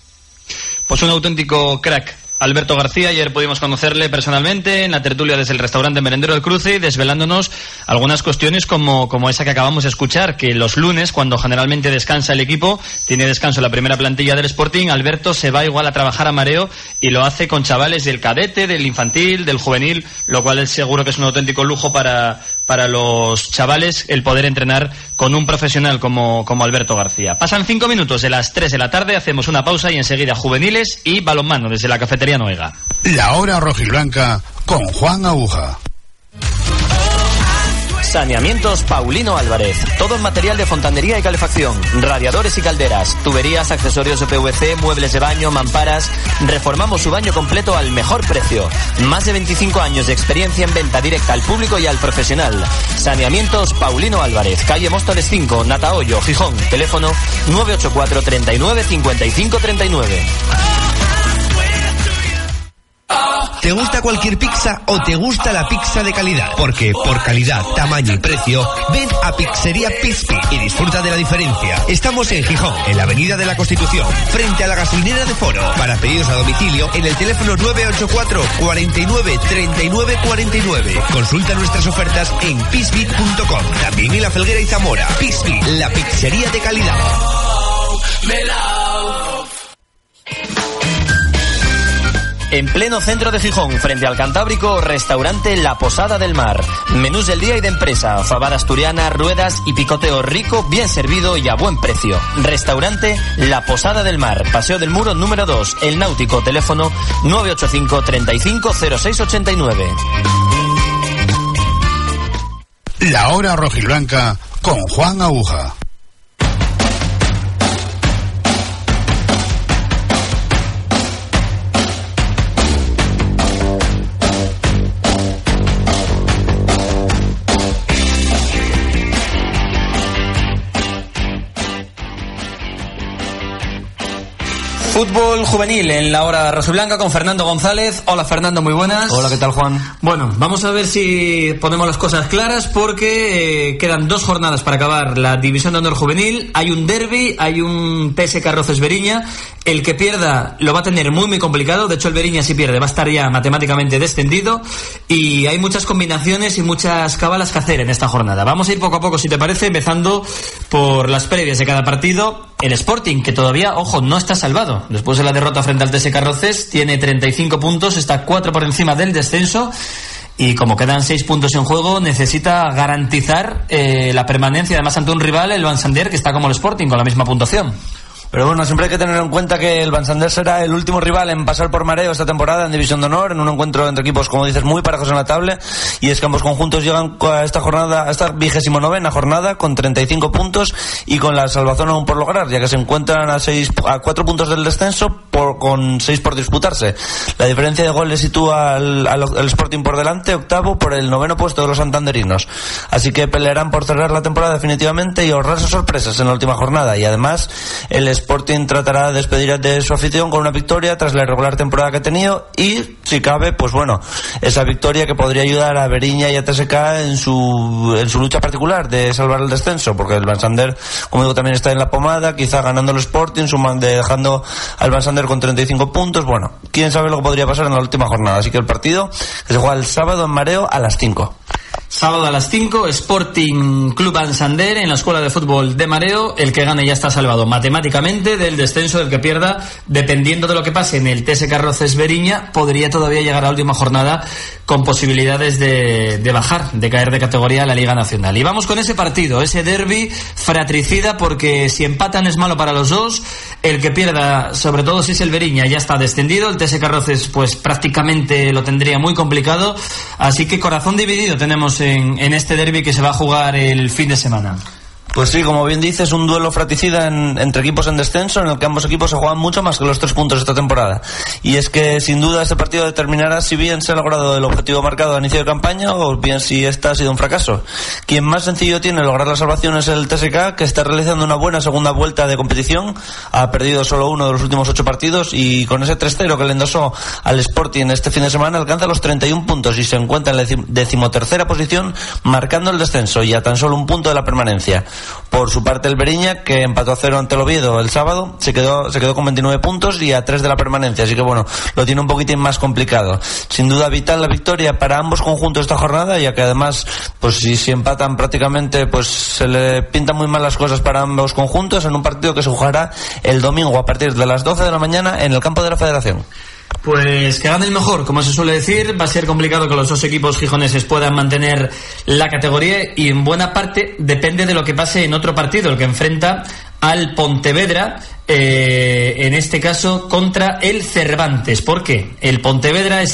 Speaker 3: Pues un auténtico crack, Alberto García. Ayer pudimos conocerle personalmente en la tertulia desde el restaurante Merendero del Cruce, desvelándonos algunas cuestiones como, como esa que acabamos de escuchar, que los lunes, cuando generalmente descansa el equipo, tiene descanso la primera plantilla del Sporting, Alberto se va igual a trabajar a mareo, y lo hace con chavales del cadete, del infantil, del juvenil, lo cual es seguro que es un auténtico lujo para, para los chavales el poder entrenar con un profesional como, como Alberto García. Pasan cinco minutos de las tres de la tarde, hacemos una pausa y enseguida juveniles y balonmano desde la cafetería Noega.
Speaker 2: La hora rojiblanca con Juan Aguja.
Speaker 5: Saneamientos Paulino Álvarez. Todo en material de fontanería y calefacción, radiadores y calderas, tuberías, accesorios de P V C, muebles de baño, mamparas. Reformamos su baño completo al mejor precio. Más de veinticinco años de experiencia en venta directa al público y al profesional. Saneamientos Paulino Álvarez, calle Móstoles cinco, Natahoyo, Gijón. Teléfono nueve ocho cuatro, treinta y nueve, cincuenta y cinco, treinta y nueve.
Speaker 18: ¿Te gusta cualquier pizza o te gusta la pizza de calidad? Porque por calidad, tamaño y precio, ven a Pizzería Pizpi y disfruta de la diferencia. Estamos en Gijón, en la Avenida de la Constitución, frente a la gasolinera de Foro. Para pedidos a domicilio, en el teléfono nueve ocho cuatro, cuarenta y nueve, treinta y nueve, cuarenta y nueve. Consulta nuestras ofertas en pizpi punto com. También en La Felguera y Zamora. Pizpi, la pizzería de calidad.
Speaker 5: En pleno centro de Gijón, frente al Cantábrico, restaurante La Posada del Mar. Menús del día y de empresa, fabada asturiana, ruedas y picoteo rico, bien servido y a buen precio. Restaurante La Posada del Mar, Paseo del Muro número dos, El Náutico, teléfono nueve ocho cinco, treinta y cinco, cero seis ochenta y nueve.
Speaker 2: La hora rojiblanca con Juan Aguja.
Speaker 3: Fútbol juvenil en la hora rojiblanca con Fernando González. Hola Fernando, muy buenas.
Speaker 19: Hola, ¿qué tal Juan?
Speaker 3: Bueno, vamos a ver si ponemos las cosas claras porque eh, quedan dos jornadas para acabar la División de Honor Juvenil. Hay un derbi, hay un T S K Roces Veriña. El que pierda lo va a tener muy muy complicado. De hecho el Veriña si pierde va a estar ya matemáticamente descendido. Y hay muchas combinaciones y muchas cábalas que hacer en esta jornada. Vamos a ir poco a poco si te parece, empezando por las previas de cada partido. El Sporting, que todavía, ojo, no está salvado. Después de la derrota frente al T S K Roces, tiene treinta y cinco puntos, está cuatro por encima del descenso. Y como quedan seis puntos en juego, necesita garantizar eh, la permanencia, además ante un rival, el Van Sander, que está como el Sporting, con la misma puntuación.
Speaker 19: Pero bueno, siempre hay que tener en cuenta que el Van Sander será el último rival en pasar por mareo esta temporada en División de Honor, en un encuentro entre equipos, como dices, muy parejos en la tabla, y es que ambos conjuntos llegan a esta jornada, a esta vigésimo novena jornada, con treinta y cinco puntos y con la salvación aún por lograr, ya que se encuentran a seis, a cuatro puntos del descenso, por, con seis por disputarse. La diferencia de goles sitúa al, al, al Sporting por delante, octavo, por el noveno puesto de los santanderinos. Así que pelearán por cerrar la temporada definitivamente y ahorrarse sorpresas en la última jornada, y además el Sporting tratará de despedir de su afición con una victoria tras la irregular temporada que ha tenido y, si cabe, pues bueno, esa victoria que podría ayudar a Veriña y a T S K en su en su lucha particular de salvar el descenso, porque el Van Sander, como digo, también está en la pomada, quizá ganando el Sporting, sumando, dejando al Van Sander con treinta y cinco puntos. Bueno, quién sabe lo que podría pasar en la última jornada. Así que el partido que se juega el sábado en Mareo a las cinco.
Speaker 3: Sábado a las cinco, Sporting Club Van Sander en la Escuela de Fútbol de Mareo. El que gane ya está salvado matemáticamente del descenso. Del que pierda, dependiendo de lo que pase en el T S K Roces Veriña, podría todavía llegar a la última jornada con posibilidades de, de bajar, de caer de categoría a la Liga Nacional. Y vamos con ese partido, ese derbi fratricida, porque si empatan es malo para los dos. El que pierda, sobre todo si es el Veriña, ya está descendido. El T S K Roces pues prácticamente lo tendría muy complicado. Así que corazón dividido tenemos en, en este derbi que se va a jugar el fin de semana.
Speaker 19: Pues sí, como bien dices, un duelo fratricida en, entre equipos en descenso, en el que ambos equipos se juegan mucho más que los tres puntos esta temporada. Y es que, sin duda, este partido determinará si bien se ha logrado el objetivo marcado a inicio de campaña o bien si esta ha sido un fracaso. Quien más sencillo tiene lograr la salvación es el T S K, que está realizando una buena segunda vuelta de competición. Ha perdido solo uno de los últimos ocho partidos y con ese tres cero que le endosó al Sporting este fin de semana alcanza los treinta y un puntos y se encuentra en la decimotercera posición, marcando el descenso y a tan solo un punto de la permanencia. Por su parte el Veriña, que empató a cero ante el Oviedo el sábado, se quedó se quedó con veintinueve puntos y a tres de la permanencia, así que bueno, lo tiene un poquitín más complicado. Sin duda vital la victoria para ambos conjuntos esta jornada, ya que además, pues si, si empatan prácticamente, pues se le pintan muy mal las cosas para ambos conjuntos en un partido que se jugará el domingo a partir de las doce de la mañana en el campo de la Federación.
Speaker 3: Pues que gane el mejor, como se suele decir. Va a ser complicado que los dos equipos gijoneses puedan mantener la categoría y en buena parte depende de lo que pase en otro partido, el que enfrenta al Pontevedra, eh, en este caso contra el Cervantes. ¿Por qué? El Pontevedra es el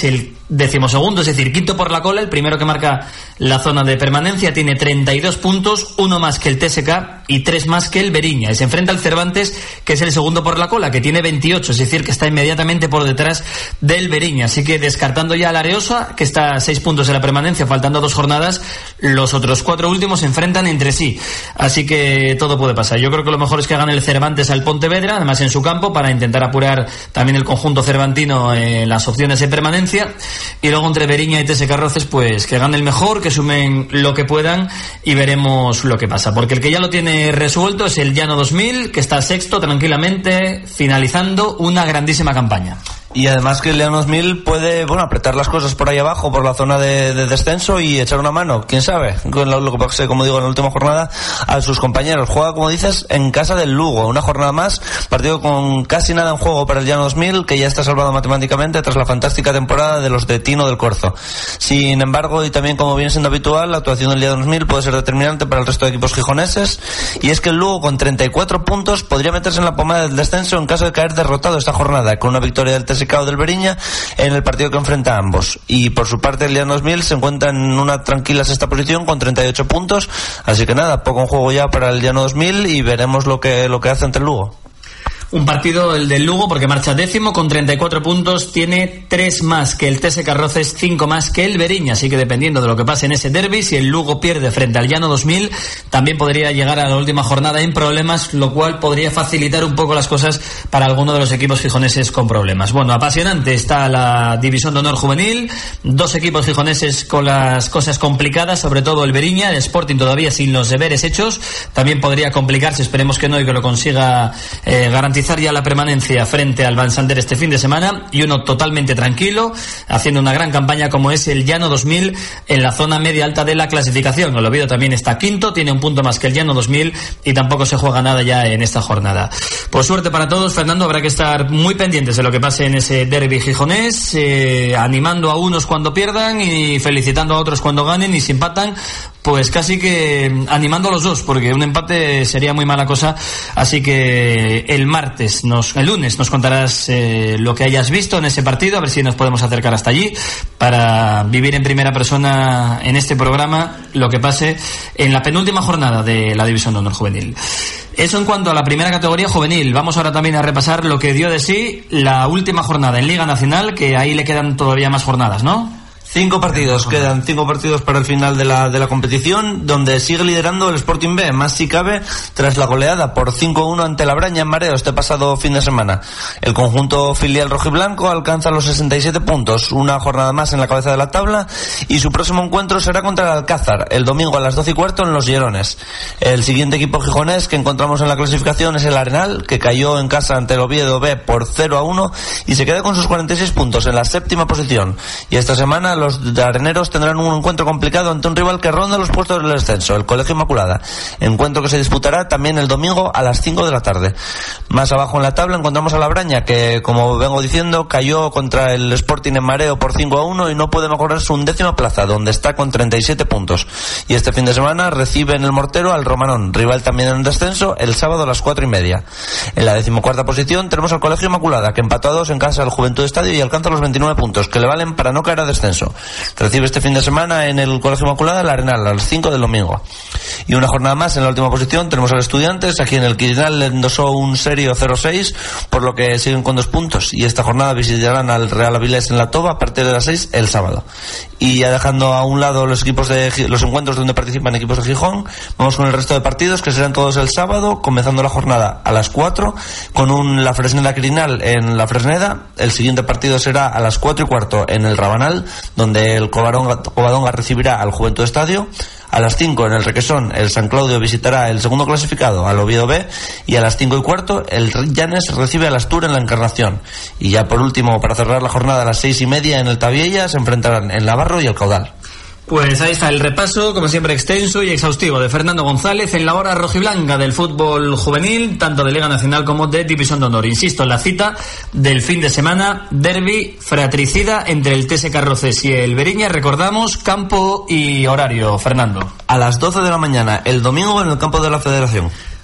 Speaker 3: decimosegundo, es decir, quinto por la cola. El primero que marca la zona de permanencia tiene treinta y dos puntos, uno más que el T S K y tres más que el Beriña. Y se enfrenta al Cervantes, que es el segundo por la cola, que tiene veintiocho, es decir, que está inmediatamente por detrás del Beriña. Así que descartando ya al Areosa, que está a seis puntos en la permanencia, faltando dos jornadas, los otros cuatro últimos se enfrentan entre sí. Así que todo puede pasar. Yo creo que lo mejor es que hagan el Cervantes al Pontevedra, además en su campo, para intentar apurar también el conjunto cervantino en las opciones de permanencia. Y luego entre Beriña y T S K Roces, pues que gane el mejor, que sumen lo que puedan y veremos lo que pasa. Porque el que ya lo tiene resuelto es el Llano dos mil, que está sexto tranquilamente, finalizando una grandísima campaña.
Speaker 19: Y además que el Llano dos mil puede, bueno, apretar las cosas por ahí abajo, por la zona de, de descenso y echar una mano, quién sabe, con lo, lo que pase, como digo, en la última jornada a sus compañeros. Juega, como dices, en casa del Lugo, una jornada más, partido con casi nada en juego para el Llano dos mil, que ya está salvado matemáticamente tras la fantástica temporada de los de Tino del Corzo. Sin embargo, y también como viene siendo habitual, la actuación del Llano dos mil puede ser determinante para el resto de equipos gijoneses, y es que el Lugo con treinta y cuatro puntos podría meterse en la pomada del descenso en caso de caer derrotado esta jornada, con una victoria del T S K o del Beriña en el partido que enfrenta a ambos. Y por su parte el Llano dos mil se encuentra en una tranquila sexta posición con treinta y ocho puntos, así que nada, poco en juego ya para el Llano dos mil y veremos lo que, lo que hace ante el Lugo.
Speaker 3: Un partido, el del Lugo, porque marcha décimo con treinta y cuatro puntos, tiene tres más que el T S K Roces, cinco más que el Beriña, así que dependiendo de lo que pase en ese derbi, si el Lugo pierde frente al Llano dos mil, también podría llegar a la última jornada en problemas, lo cual podría facilitar un poco las cosas para alguno de los equipos gijoneses con problemas. Bueno, apasionante está la División de Honor Juvenil, dos equipos gijoneses con las cosas complicadas, sobre todo el Beriña, el Sporting todavía sin los deberes hechos, también podría complicarse, esperemos que no, y que lo consiga eh, garantizar ya la permanencia frente al Vansander este fin de semana, y uno totalmente tranquilo, haciendo una gran campaña como es el Llano dos mil en la zona media alta de la clasificación. El Oviedo también está quinto, tiene un punto más que el Llano dos mil y tampoco se juega nada ya en esta jornada. Por suerte para todos, Fernando, habrá que estar muy pendientes de lo que pase en ese derbi gijonés, eh, animando a unos cuando pierdan y felicitando a otros cuando ganen, y si empatan, pues casi que animando a los dos, porque un empate sería muy mala cosa. Así que el martes, nos, el lunes nos contarás eh, lo que hayas visto en ese partido, a ver si nos podemos acercar hasta allí para vivir en primera persona en este programa lo que pase en la penúltima jornada de la División de Honor Juvenil. Eso en cuanto a la primera categoría juvenil. Vamos ahora también a repasar lo que dio de sí la última jornada en Liga Nacional, que ahí le quedan todavía más jornadas, ¿no?
Speaker 19: Cinco partidos, quedan cinco partidos para el final de la, de la competición, donde sigue liderando el Sporting B, más si cabe, tras la goleada por cinco a uno ante la Braña en Mareo este pasado fin de semana. El conjunto filial rojiblanco alcanza los sesenta y siete puntos, una jornada más en la cabeza de la tabla, y su próximo encuentro será contra el Alcázar, el domingo a las doce y cuarto en Los Llerones. El siguiente equipo gijonés que encontramos en la clasificación es el Arenal, que cayó en casa ante el Oviedo B por cero a uno y se queda con sus cuarenta y seis puntos en la séptima posición. Y esta semana los areneros tendrán un encuentro complicado ante un rival que ronda los puestos del descenso, el Colegio Inmaculada, encuentro que se disputará también el domingo a las cinco de la tarde. Más abajo en la tabla encontramos a la Braña, que como vengo diciendo cayó contra el Sporting en Mareo por cinco a uno y no puede mejorar su undécima plaza, donde está con treinta y siete puntos, y este fin de semana recibe en el Mortero al Romanón, rival también en descenso, el sábado a las cuatro y media. En la decimocuarta posición tenemos al Colegio Inmaculada, que empató a dos en casa del Juventud Estadio y alcanza los veintinueve puntos, que le valen para no caer a descenso. Recibe este fin de semana en el Colegio Inmaculada el Arenal a las cinco del domingo. Y una jornada más en la última posición tenemos a los Estudiantes, aquí en el Quirinal le endosó un serio cero seis, por lo que siguen con dos puntos, y esta jornada visitarán al Real Avilés en la Toba a partir de las seis el sábado. Y ya dejando a un lado los equipos de los encuentros donde participan equipos de Gijón, vamos con el resto de partidos, que serán todos el sábado, comenzando la jornada a las cuatro con un La Fresneda Quirinal en La Fresneda. El siguiente partido será a las cuatro y cuarto en el Rabanal, donde el Covadonga, Covadonga recibirá al Juventud Estadio. A las cinco en el Requesón el San Claudio visitará el segundo clasificado al Oviedo B, y a las cinco y cuarto el Llanes recibe al Astur en la Encarnación. Y ya por último, para cerrar la jornada, a las seis y media en el Tabiella se enfrentarán el Navarro y el Caudal.
Speaker 3: Pues ahí está el repaso, como siempre extenso y exhaustivo, de Fernando González en la hora rojiblanca del fútbol juvenil, tanto de Liga Nacional como de División de Honor. Insisto, en la cita del fin de semana, derbi fratricida entre el T S K Roces y el Beriña. Recordamos campo y horario, Fernando.
Speaker 19: A las doce de la mañana, el domingo, en el campo de la Federación.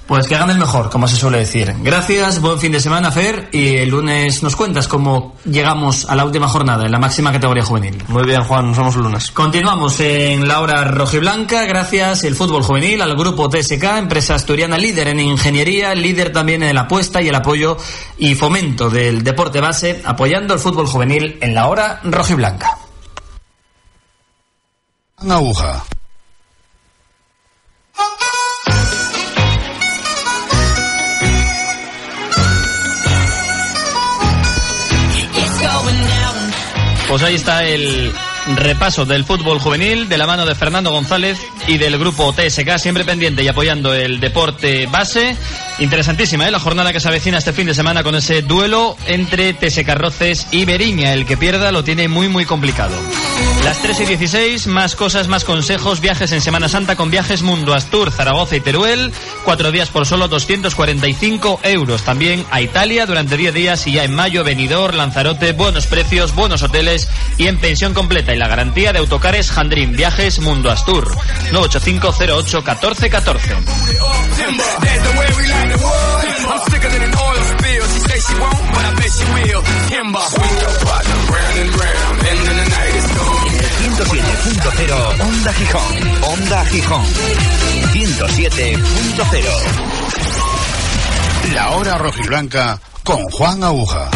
Speaker 3: Pues que gane el mejor, como se suele decir. Gracias, buen fin de semana, Fer, y el lunes nos cuentas cómo llegamos a la última jornada en la máxima categoría juvenil.
Speaker 19: Muy bien, Juan, nos vemos el lunes.
Speaker 3: Continuamos en la hora rojiblanca, gracias el fútbol juvenil, al grupo T S K, empresa asturiana líder en ingeniería, líder también en la apuesta y el apoyo y fomento del deporte base, apoyando el fútbol juvenil en la hora rojiblanca.
Speaker 2: Aguja.
Speaker 3: Pues ahí está el repaso del fútbol juvenil de la mano de Fernando González y del grupo T S K, siempre pendiente y apoyando el deporte base. Interesantísima, ¿eh? La jornada que se avecina este fin de semana con ese duelo entre T S K Roces y Beriña. El que pierda lo tiene muy muy complicado. Las tres y dieciséis, más cosas, más consejos, viajes en Semana Santa con Viajes Mundo Astur, Zaragoza y Teruel, cuatro días por solo doscientos cuarenta y cinco euros. También a Italia durante diez días y ya en mayo Benidorm, Lanzarote, buenos precios, buenos hoteles y en pensión completa y la garantía de Autocares Jandrín. Viajes Mundo Astur, nueve ocho cinco cero ocho uno cuatro uno cuatro.
Speaker 1: ciento siete punto cero Onda Gijón. Onda Gijón. ciento siete punto cero.
Speaker 2: La hora rojiblanca con Juan Aguja.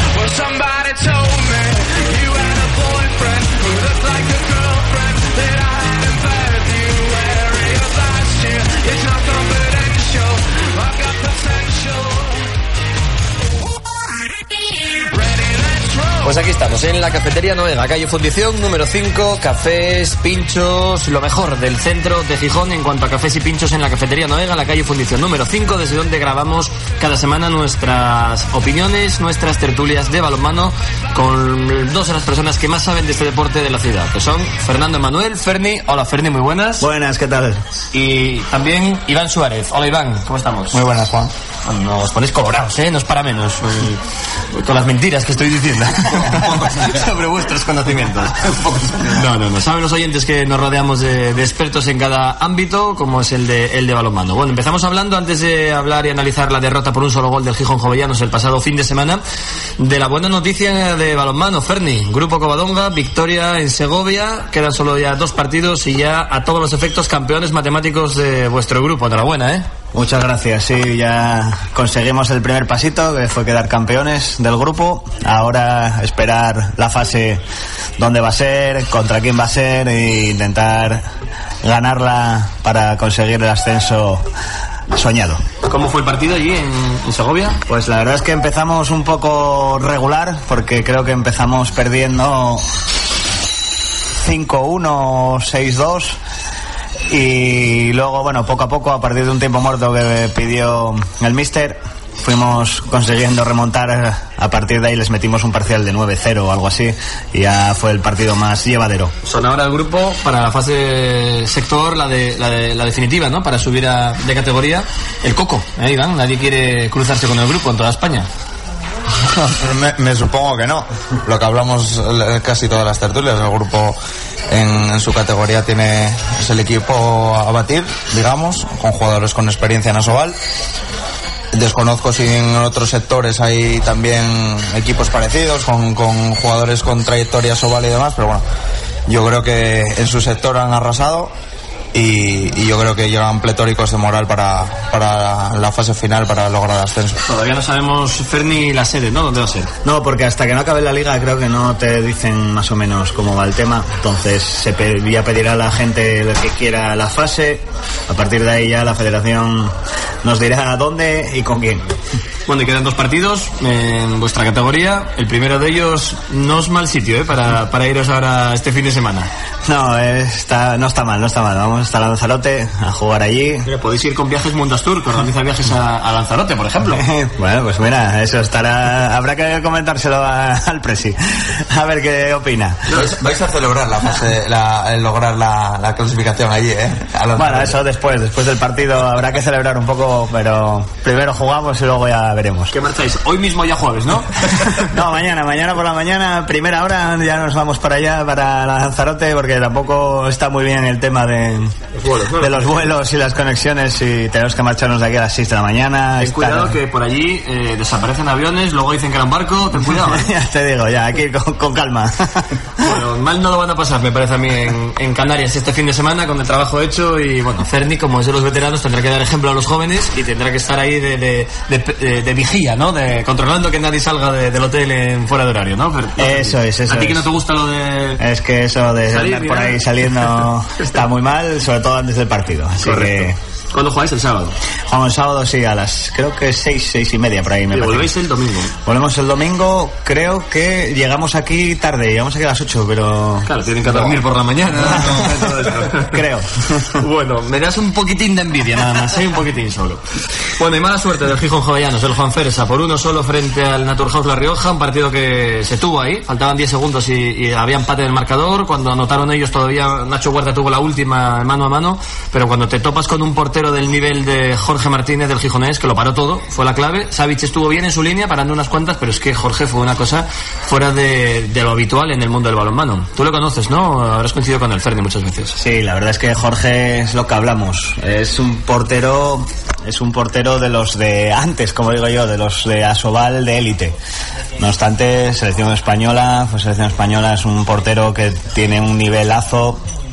Speaker 3: Pues aquí estamos, en la cafetería Noega, calle Fundición, número cinco, cafés, pinchos, lo mejor del centro de Gijón en cuanto a cafés y pinchos en la cafetería Noega, la calle Fundición, número cinco, desde donde grabamos cada semana nuestras opiniones, nuestras tertulias de balonmano con dos de las personas que más saben de este deporte de la ciudad, que son Fernando Emanuel, Ferni. Hola Ferni, muy buenas.
Speaker 19: Buenas, ¿qué tal?
Speaker 3: Y también Iván Suárez. Hola Iván, ¿cómo estamos?
Speaker 19: Muy buenas, Juan.
Speaker 3: Nos ponéis colorados, ¿eh? No es para menos. Con las mentiras que estoy diciendo sobre vuestros conocimientos. No, no, no. Saben los oyentes que nos rodeamos de, de expertos en cada ámbito, como es el de, el de balonmano. Bueno, empezamos hablando, antes de hablar y analizar la derrota por un solo gol del Gijón Jovellanos el pasado fin de semana, de la buena noticia de balonmano, Ferni. Grupo Covadonga, victoria en Segovia, quedan solo ya dos partidos y ya a todos los efectos campeones matemáticos de vuestro grupo. Enhorabuena, ¿eh?
Speaker 19: Muchas gracias, sí, ya conseguimos el primer pasito, que fue quedar campeones del grupo. Ahora esperar la fase dónde va a ser, contra quién va a ser e intentar ganarla para conseguir el ascenso soñado.
Speaker 3: ¿Cómo fue el partido allí en, en Segovia?
Speaker 19: Pues la verdad es que empezamos un poco regular, porque creo que empezamos perdiendo cinco uno, seis dos. Y luego, bueno, poco a poco, a partir de un tiempo muerto que pidió el míster, fuimos consiguiendo remontar. A partir de ahí les metimos un parcial de nueve cero o algo así, y ya fue el partido más llevadero.
Speaker 3: Son ahora el grupo para la fase sector, la de la, de, la definitiva, ¿no? Para subir a, de categoría, el coco, ¿eh, Iván? Nadie quiere cruzarse con el grupo en toda España.
Speaker 20: me, me supongo que no. Lo que hablamos casi todas las tertulias, el grupo en, en su categoría tiene es el equipo a batir, digamos, con jugadores con experiencia en Asobal. Desconozco si en otros sectores hay también equipos parecidos con, con jugadores con trayectoria Asobal y demás, pero bueno, yo creo que en su sector han arrasado. Y, y yo creo que llegan pletóricos de moral para, para la fase final, para lograr el ascenso.
Speaker 3: Todavía no sabemos, Ferni, la sede, ¿no? ¿Dónde va a ser?
Speaker 19: No, porque hasta que no acabe la liga creo que no te dicen más o menos cómo va el tema. Entonces se ya pedirá a la gente el que quiera la fase. A partir de ahí ya la federación nos dirá dónde y con quién.
Speaker 3: Bueno, y quedan dos partidos en vuestra categoría. El primero de ellos no es mal sitio, ¿eh? Para, para iros ahora este fin de semana.
Speaker 19: No, está, no está mal, no está mal. Vamos hasta Lanzarote a jugar allí.
Speaker 3: Mira, podéis ir con Viajes Mundo Astur, que organiza viajes a, a Lanzarote, por ejemplo.
Speaker 19: Bueno, pues mira, eso estará. Habrá que comentárselo a, al presi. A ver qué opina.
Speaker 20: ¿Vais, vais a celebrar la fase, la, el lograr la, la clasificación allí, ¿eh?
Speaker 19: Bueno, eso después, después del partido habrá que celebrar un poco
Speaker 21: luego, pero primero jugamos y luego ya veremos.
Speaker 22: ¿Qué marcháis? Hoy mismo ya jueves, ¿no?
Speaker 21: No, mañana, mañana por la mañana, primera hora, ya nos vamos para allá, para Lanzarote, porque tampoco está muy bien el tema de los vuelos, ¿no? de los vuelos y las conexiones, y tenemos que marcharnos de aquí a las seis de la mañana.
Speaker 22: Ten cuidado estar... que por allí eh, desaparecen aviones, luego dicen que era un barco, ten cuidado. ¿eh?
Speaker 21: Ya te digo, ya, aquí con, con calma.
Speaker 22: Bueno, mal no lo van a pasar, me parece a mí, en, en Canarias este fin de semana, con el trabajo hecho, y bueno, Cerny, como es de los veteranos, tendrá que dar ejemplo a los jóvenes y tendrá que estar ahí de, de, de, de, de vigía, ¿no? De, controlando que nadie salga de, del hotel en fuera de horario, ¿no? Pero, no
Speaker 21: eso es, eso
Speaker 22: ¿A ti
Speaker 21: es.
Speaker 22: que no te gusta lo de...?
Speaker 21: Es que eso de salir, andar por ahí ¿no? saliendo está muy mal, sobre todo antes del partido. Así Correcto. que...
Speaker 22: ¿Cuándo jugáis? ¿El sábado?
Speaker 21: Jugamos el sábado, sí, a las, creo que seis, seis y media por ahí me
Speaker 22: ¿Y
Speaker 21: parece.
Speaker 22: volvéis el domingo?
Speaker 21: Volvemos el domingo, creo que llegamos aquí tarde, llegamos aquí a las ocho, pero...
Speaker 22: Claro, tienen que dormir no. por la mañana. No, todo esto.
Speaker 21: Creo.
Speaker 22: Bueno, me das un poquitín de envidia nada más, ¿eh? Un poquitín solo. Bueno, y mala suerte del Gijón Jovellanos, el Juan Fersa, por uno solo frente al Naturhaus La Rioja, un partido que se tuvo ahí, faltaban diez segundos y, y había empate del marcador, cuando anotaron ellos todavía Nacho Huerta tuvo la última mano a mano, pero cuando te topas con un portero del nivel de Jorge Martínez del Gijonés, que lo paró todo, fue la clave. Savic estuvo bien en su línea, parando unas cuantas, pero es que Jorge fue una cosa fuera de, de lo habitual en el mundo del balonmano. Tú lo conoces, ¿no? Habrás coincidido con el Ferni muchas veces.
Speaker 21: Sí, la verdad es que Jorge es lo que hablamos. Es un portero, es un portero de los de antes, como digo yo, de los de Asobal de élite. No obstante, selección española, pues selección española es un portero que tiene un nivelazo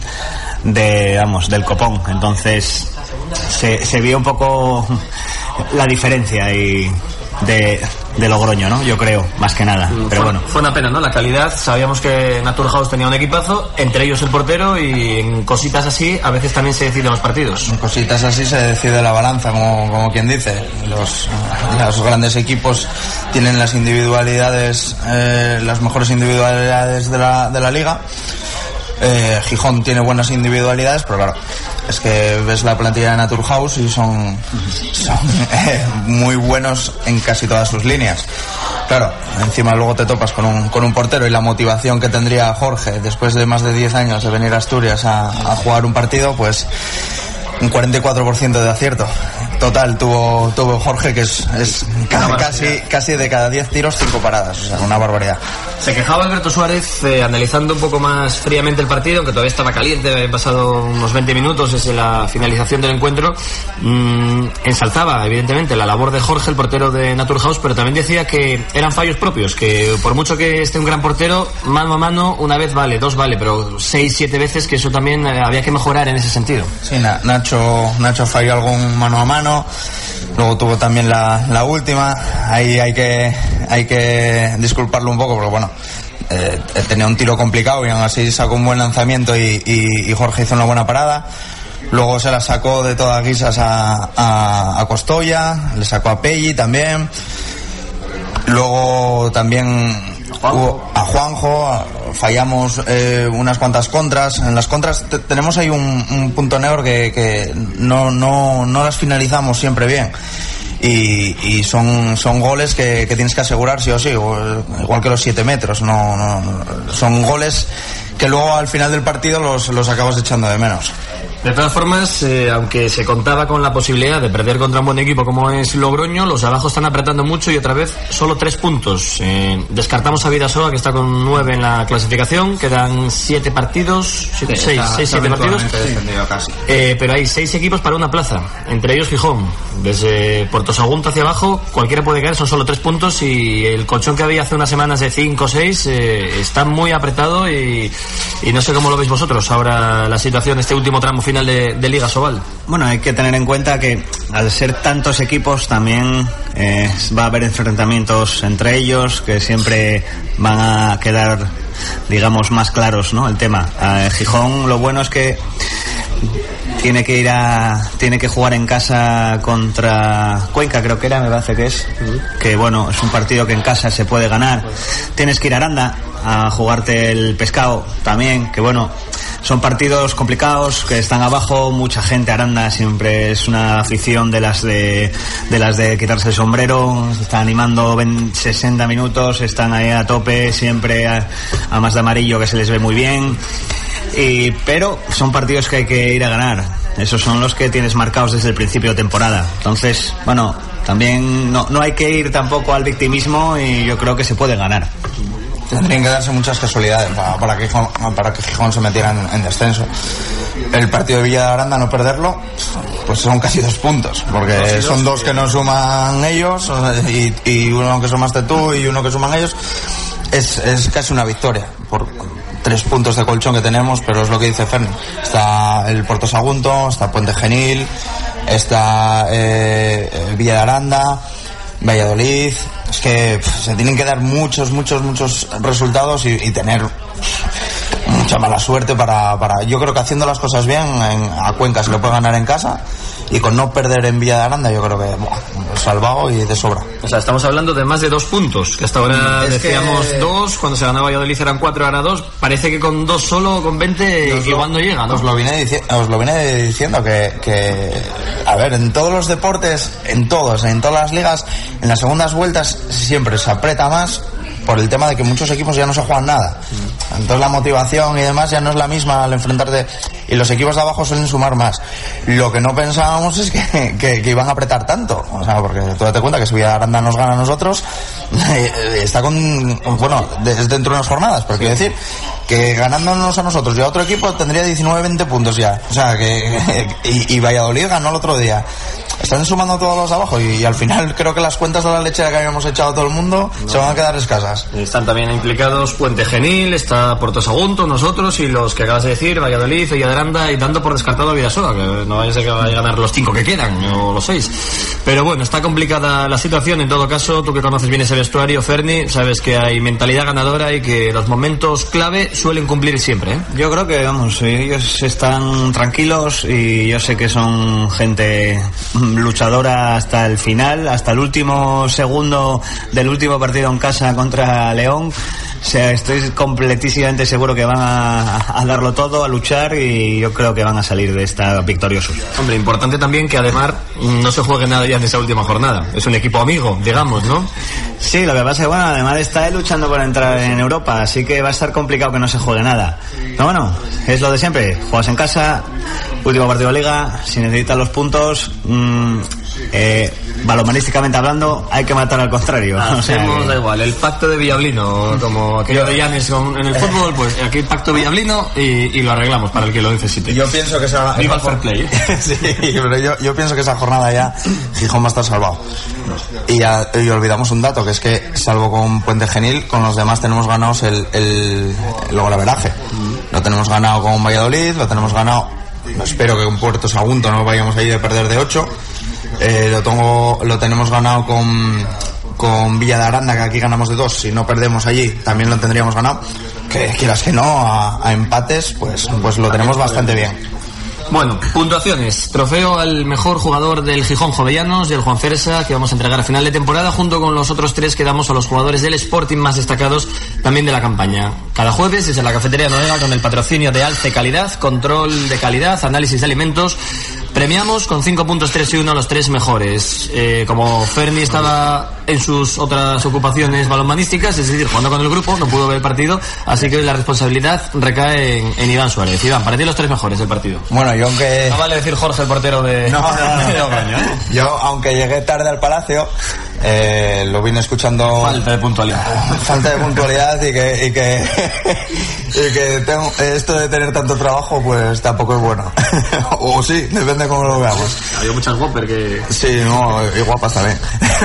Speaker 21: de, vamos, del copón. Entonces se, se vio un poco la diferencia y de, de Logroño, ¿no? Yo creo, más que nada. Pero
Speaker 22: fue,
Speaker 21: bueno.
Speaker 22: Fue una pena, ¿no? La calidad, sabíamos que Naturhaus tenía un equipazo, entre ellos el portero, y en cositas así a veces también se deciden los partidos.
Speaker 20: En cositas así se decide la balanza, como, como quien dice. Los, los grandes equipos tienen las individualidades, eh, las mejores individualidades de la, de la liga. Eh, Gijón tiene buenas individualidades, pero claro, es que ves la plantilla de Naturhaus y son, son eh, muy buenos en casi todas sus líneas. Claro, encima luego te topas con un, con un portero, y la motivación que tendría Jorge después de más de diez años de venir a Asturias a, a jugar un partido, pues un cuarenta y cuatro por ciento de acierto total tuvo, tuvo Jorge, que es, es casi, casi, casi de cada diez tiros cinco paradas, o sea, una barbaridad.
Speaker 22: Se quejaba Alberto Suárez, eh, analizando un poco más fríamente el partido, aunque todavía estaba caliente, habían pasado unos veinte minutos desde la finalización del encuentro. Mm, ensalzaba evidentemente la labor de Jorge, el portero de Naturhaus, pero también decía que eran fallos propios, que por mucho que esté un gran portero, mano a mano una vez vale, dos vale, pero seis, siete veces, que eso también eh, había que mejorar en ese sentido.
Speaker 20: Sí, na- Nacho, Nacho falló algún mano a mano. Luego tuvo también la, la última. Ahí hay que hay que disculparlo un poco, porque bueno, eh, tenía un tiro complicado y aún así sacó un buen lanzamiento y, y, y Jorge hizo una buena parada. Luego se la sacó de todas guisas a, a, a Costoya, le sacó a Pelli también. Luego también hubo a Juanjo, a, fallamos eh, unas cuantas contras. En las contras te, tenemos ahí un, un punto negro que, que no, no, no las finalizamos siempre bien. Y, y son, son goles que, que tienes que asegurar sí o sí, igual que los siete metros. No, no, son goles que luego al final del partido los, los acabas echando de menos.
Speaker 22: De todas formas, eh, aunque se contaba con la posibilidad de perder contra un buen equipo como es Logroño, los de abajo están apretando mucho y otra vez solo tres puntos. Eh, descartamos a Vidasoa, que está con nueve en la clasificación, quedan siete partidos, siete, sí, seis, está, seis, está siete partidos.
Speaker 20: Casi.
Speaker 22: Eh, pero hay seis equipos para una plaza, entre ellos Gijón. Desde Puerto Sagunto hacia abajo, cualquiera puede caer, son solo tres puntos, y el colchón que había hace unas semanas de cinco o seis eh, está muy apretado, y, y no sé cómo lo veis vosotros ahora la situación, este último tramo final De, de Liga Sobal.
Speaker 21: Bueno, hay que tener en cuenta que al ser tantos equipos también eh, va a haber enfrentamientos entre ellos que siempre van a quedar, digamos, más claros, ¿no? El tema. Eh, Gijón, lo bueno es que tiene que ir a tiene que jugar en casa contra Cuenca, creo que era, me parece que es, uh-huh. que bueno, es un partido que en casa se puede ganar. Tienes que ir a Aranda a jugarte el pescado también, que bueno, son partidos complicados, que están abajo, mucha gente. Aranda siempre es una afición de las de de las de quitarse el sombrero, se está animando sesenta minutos, están ahí a tope, siempre a, a más de amarillo, que se les ve muy bien. Y, pero son partidos que hay que ir a ganar. esos son los que tienes marcados desde el principio de temporada. Entonces, bueno, también no, no hay que ir tampoco al victimismo y yo creo que se puede ganar.
Speaker 20: Tendrían que darse muchas casualidades para, para, que, Gijón, para que Gijón se metiera en, en descenso. El partido de Villaranda, no perderlo, pues son casi dos puntos, porque dos dos, son dos que no suman ellos y, y uno que sumaste tú y uno que suman ellos. Es, es casi una victoria por tres puntos de colchón que tenemos, pero es lo que dice Ferni. Está el Puerto Sagunto, está Puente Genil, está eh, Villa de Aranda, Valladolid. Es que pff, se tienen que dar muchos, muchos, muchos resultados y, y tener pff, mucha mala suerte para, para... Yo creo que haciendo las cosas bien, en, a Cuenca se lo puede ganar en casa, y con no perder en Villa de Aranda yo creo que buah, salvado y de sobra.
Speaker 22: O sea, estamos hablando de más de dos puntos, que hasta ahora
Speaker 20: es
Speaker 22: decíamos
Speaker 20: que...
Speaker 22: dos, cuando se ganaba Valladolid eran cuatro, ahora dos. Parece que con dos solo, con veinte,
Speaker 20: os
Speaker 22: igual no llega, ¿no?
Speaker 20: Os lo vine, dici- os lo vine diciendo que, que, a ver, en todos los deportes, en todos, en todas las ligas, en las segundas vueltas siempre se aprieta más por el tema de que muchos equipos ya no se juegan nada. Entonces la motivación y demás ya no es la misma al enfrentarte, y los equipos de abajo suelen sumar más. Lo que no pensábamos es que, que, que iban a apretar tanto, o sea, porque tú date cuenta que si Villaranda nos gana a nosotros, está con, bueno, es dentro de unas jornadas, pero quiero decir que ganándonos a nosotros y a otro equipo tendría diecinueve veinte puntos ya, o sea que y, y Valladolid ganó el otro día. Están sumando todos los de abajo y, y al final creo que las cuentas de la lechera que habíamos echado a todo el mundo no. se van a quedar escasas.
Speaker 22: Están también implicados Puente Genil, está Puerto Sagunto, nosotros y los que acabas de decir, Valladolid, Villa de Aranda, y dando por descartado a Vidasoa, que no vaya a ser que vaya a ganar los cinco que quedan o los seis. Pero bueno, está complicada la situación. En todo caso, tú que conoces bien ese vestuario, Ferni, sabes que hay mentalidad ganadora y que los momentos clave suelen cumplir siempre, ¿eh?
Speaker 21: Yo creo que, vamos, ellos están tranquilos y yo sé que son gente luchadora hasta el final, hasta el último segundo del último partido en casa contra León. O sea, estoy completísimamente seguro que van a, a darlo todo, a luchar, y yo creo que van a salir de esta victoriosos.
Speaker 22: Hombre, importante también que además no se juegue nada ya en esa última jornada. Es un equipo amigo, digamos, ¿no?
Speaker 21: Sí, lo que pasa es que, bueno, además está él luchando por entrar en Europa, así que va a estar complicado que no se juegue nada. Pero bueno, es lo de siempre. Juegas en casa, último partido de Liga, si necesitas los puntos... Mmm, Eh, balomanísticamente hablando, hay que matar al contrario.
Speaker 22: Hacemos,
Speaker 21: o sea, que...
Speaker 22: da igual, el pacto de Villablino, como aquello de Llanes en el fútbol, pues aquí el pacto Villablino y, y lo arreglamos para el que lo necesite.
Speaker 20: Yo pienso que esa...
Speaker 22: Viva el fair play.
Speaker 20: Sí, pero yo, yo pienso que esa jornada ya Gijón va a estar salvado. Y, ya, y olvidamos un dato, que es que salvo con Puente Genil, con los demás tenemos ganados el, el, el golaveraje. Lo tenemos ganado con Valladolid, lo tenemos ganado, espero que con Puerto Sagunto no vayamos ahí de perder de ocho. Eh, lo, tengo, lo tenemos ganado con, con Villa de Aranda, que aquí ganamos de dos. Si no perdemos allí, también lo tendríamos ganado. Que quieras que no, a, a empates, pues, pues lo tenemos bastante bien.
Speaker 22: Bueno, puntuaciones. Trofeo al mejor jugador del Gijón Jovellanos y el Juan Feresa, que vamos a entregar a final de temporada, junto con los otros tres que damos a los jugadores del Sporting más destacados también de la campaña. Cada jueves desde la Cafetería Noega, con el patrocinio de Alce Calidad, control de calidad, análisis de alimentos, premiamos con cinco puntos, tres y uno a los tres mejores. Eh, como Ferni estaba en sus otras ocupaciones balonmanísticas, es decir, jugando con el grupo, no pudo ver el partido, así que la responsabilidad recae en, en Iván Suárez. Iván, para ti los tres mejores del partido.
Speaker 20: Bueno, yo aunque...
Speaker 22: No vale decir Jorge, el portero de...
Speaker 20: No, no, no, no. Yo, aunque llegué tarde al Palacio, eh, lo vine escuchando...
Speaker 22: Falta de puntualidad.
Speaker 20: Falta de puntualidad y que... Y que, y que tengo, esto de tener tanto trabajo, pues tampoco es bueno. O sí, depende de cómo lo veamos.
Speaker 22: Había muchas Whopper que...
Speaker 20: Sí, no, y guapas también.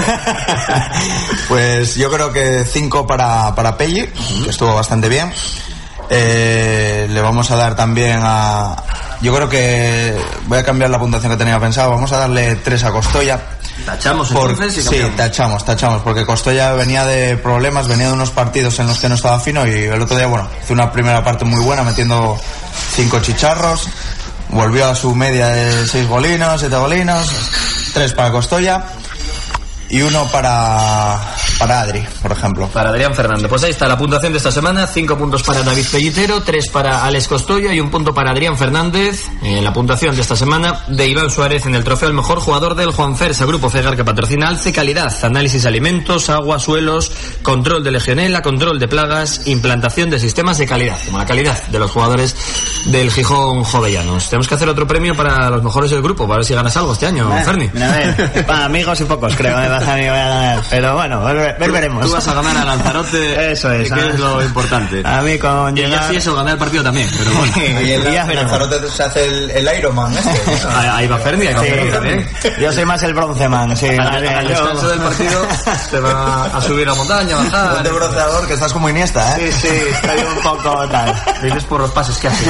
Speaker 20: Pues yo creo que cinco para, para Pelli, que estuvo bastante bien. Eh, le vamos a dar también a... Yo creo que voy a cambiar la puntuación que tenía pensado. Vamos a darle tres a Costoya.
Speaker 22: ¿Tachamos
Speaker 20: por,
Speaker 22: entonces? Y
Speaker 20: sí, tachamos, tachamos, porque Costoya venía de problemas, venía de unos partidos en los que no estaba fino, y el otro día, bueno, hizo una primera parte muy buena metiendo cinco chicharros, volvió a su media de seis golinos, siete golinos, tres para Costoya y uno para para Adri, por ejemplo.
Speaker 22: Para Adrián Fernández. Pues ahí está la puntuación de esta semana. Cinco puntos para David Pellitero, tres para Alex Costoya y un punto para Adrián Fernández. En la puntuación de esta semana de Iván Suárez en el trofeo al mejor jugador del Juan Fersa, Grupo Cegar, que patrocina Alce Calidad, análisis de alimentos, agua, suelos, control de legionela, control de plagas, implantación de sistemas de calidad, como la calidad de los jugadores del Gijón Jovellanos. Tenemos que hacer otro premio para los mejores del grupo, para ver si ganas algo este año,
Speaker 21: eh,
Speaker 22: Ferni.
Speaker 21: Mira, a ver, para amigos y pocos creo que vas a ganar, pero bueno, ver, ver, veremos.
Speaker 22: Tú vas a ganar a Lanzarote,
Speaker 21: eso es,
Speaker 22: que es lo importante.
Speaker 21: A mí con
Speaker 22: y
Speaker 21: llegar...
Speaker 22: ya sí eso, ganar el partido también, pero bueno.
Speaker 20: Y en la, Lanzarote se hace el, el Ironman este.
Speaker 22: Ahí va Ferni, ahí va
Speaker 21: sí,
Speaker 22: Ferni también.
Speaker 21: Yo soy más el bronceman, sí.
Speaker 22: Al, al descanso del partido te va a subir a montaña, a bajar.
Speaker 20: Ponte bronceador, que estás como Iniesta,
Speaker 21: ¿eh? Sí, sí, estoy un poco tal.
Speaker 22: Dices por los pases que haces.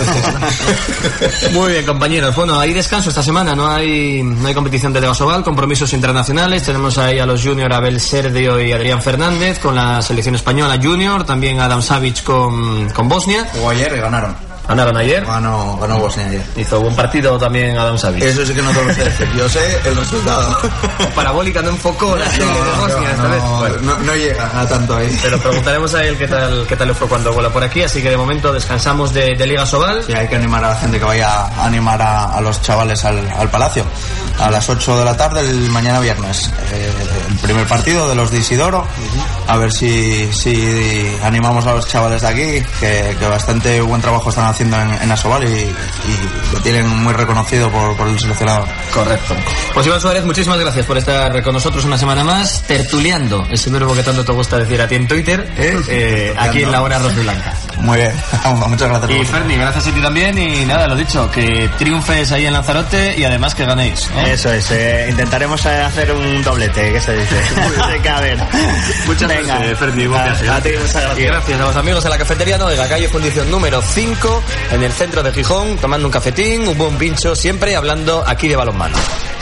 Speaker 22: Muy bien, compañeros. Bueno, hay descanso esta semana, no hay no hay competición de Levasoval, compromisos internacionales. Tenemos ahí a los junior Abel Serdio y Adrián Fernández con la selección española junior, también Adam Savic con, con Bosnia.
Speaker 20: Jugó ayer y ganaron.
Speaker 22: ¿Ganaron ayer?
Speaker 20: Ganó, ganó Bosnia ayer.
Speaker 22: Hizo buen partido también Adam Savic.
Speaker 20: Eso sí que no te lo sé. Yo sé el resultado.
Speaker 22: Parabólica no enfocó la serie
Speaker 20: no,
Speaker 22: de Bosnia
Speaker 20: no,
Speaker 22: esta
Speaker 20: no,
Speaker 22: vez. Bueno.
Speaker 20: No, no llega a tanto ahí.
Speaker 22: Pero preguntaremos a él qué tal qué tal le fue cuando vuela por aquí. Así que de momento descansamos de, de Liga Sobal.
Speaker 20: Sí, hay que animar a la gente que vaya a animar a, a los chavales al, al Palacio. A las ocho de la tarde el mañana viernes. Eh, el primer partido de los de Isidoro. A ver si, si animamos a los chavales de aquí, que, que bastante buen trabajo están haciendo en, en Asobal y, y lo tienen muy reconocido por, por el seleccionador.
Speaker 22: Correcto. Pues Iván Suárez, muchísimas gracias por estar con nosotros una semana más, tertuleando, ese verbo que tanto te gusta decir a ti en Twitter, ¿eh? Eh, aquí en la hora rojiblanca.
Speaker 20: Muy bien, muchas gracias.
Speaker 22: Y Ferni, gracias a ti también y nada, lo dicho, que triunfes ahí en Lanzarote y además que ganéis, ¿eh?
Speaker 21: Eso es, eh, intentaremos hacer un doblete, ¿qué se dice? A ver.
Speaker 22: Muchas gracias, Ferni. Gracias.
Speaker 21: A ti, muchas gracias.
Speaker 22: Y gracias a los amigos de la cafetería Noega, calle Fundición número cinco, en el centro de Gijón, tomando un cafetín, un buen pincho, siempre hablando aquí de balonmano.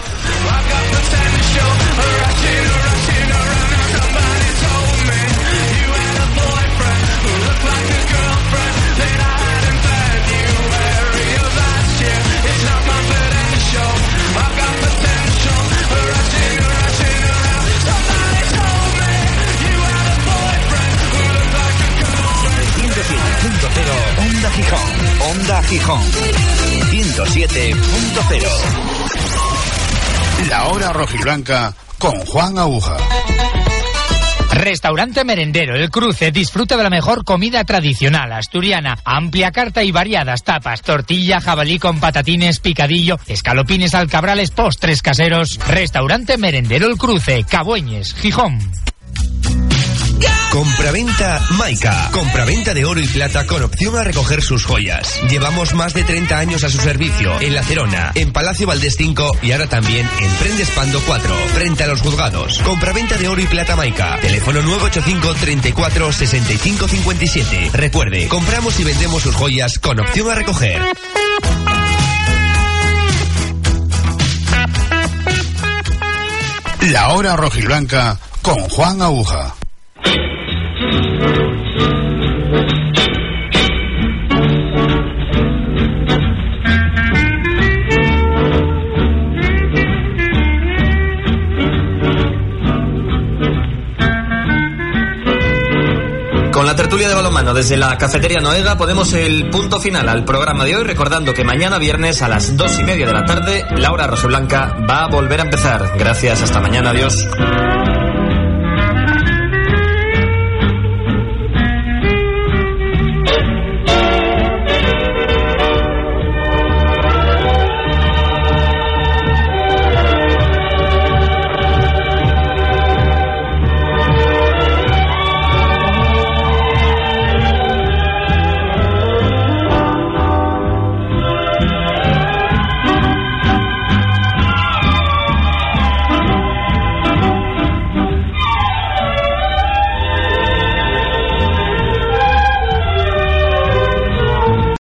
Speaker 1: Onda Gijón, Onda Gijón, ciento siete punto cero.
Speaker 2: La hora rojiblanca con Juan Aguja.
Speaker 4: Restaurante Merendero El Cruce disfruta de la mejor comida tradicional asturiana, amplia carta y variadas tapas, tortilla, jabalí con patatines, picadillo, escalopines, alcabrales, postres caseros. Restaurante Merendero El Cruce, Cabueñes, Gijón.
Speaker 18: Compraventa Maica. Compraventa de oro y plata con opción a recoger sus joyas. Llevamos más de treinta años a su servicio. En La Cerona, en Palacio Valdés cinco y ahora también en Prendes Pando cuatro, frente a los juzgados. Compraventa de oro y plata Maica. Teléfono nueve ocho cinco, treinta y cuatro, sesenta y cinco cincuenta y siete. Recuerde, compramos y vendemos sus joyas con opción a recoger.
Speaker 2: La hora rojiblanca con Juan Aguja.
Speaker 22: Con la tertulia de balonmano desde la cafetería Noega ponemos el punto final al programa de hoy, recordando que mañana viernes a las dos y media de la tarde la hora rojiblanca va a volver a empezar. Gracias, hasta mañana, adiós.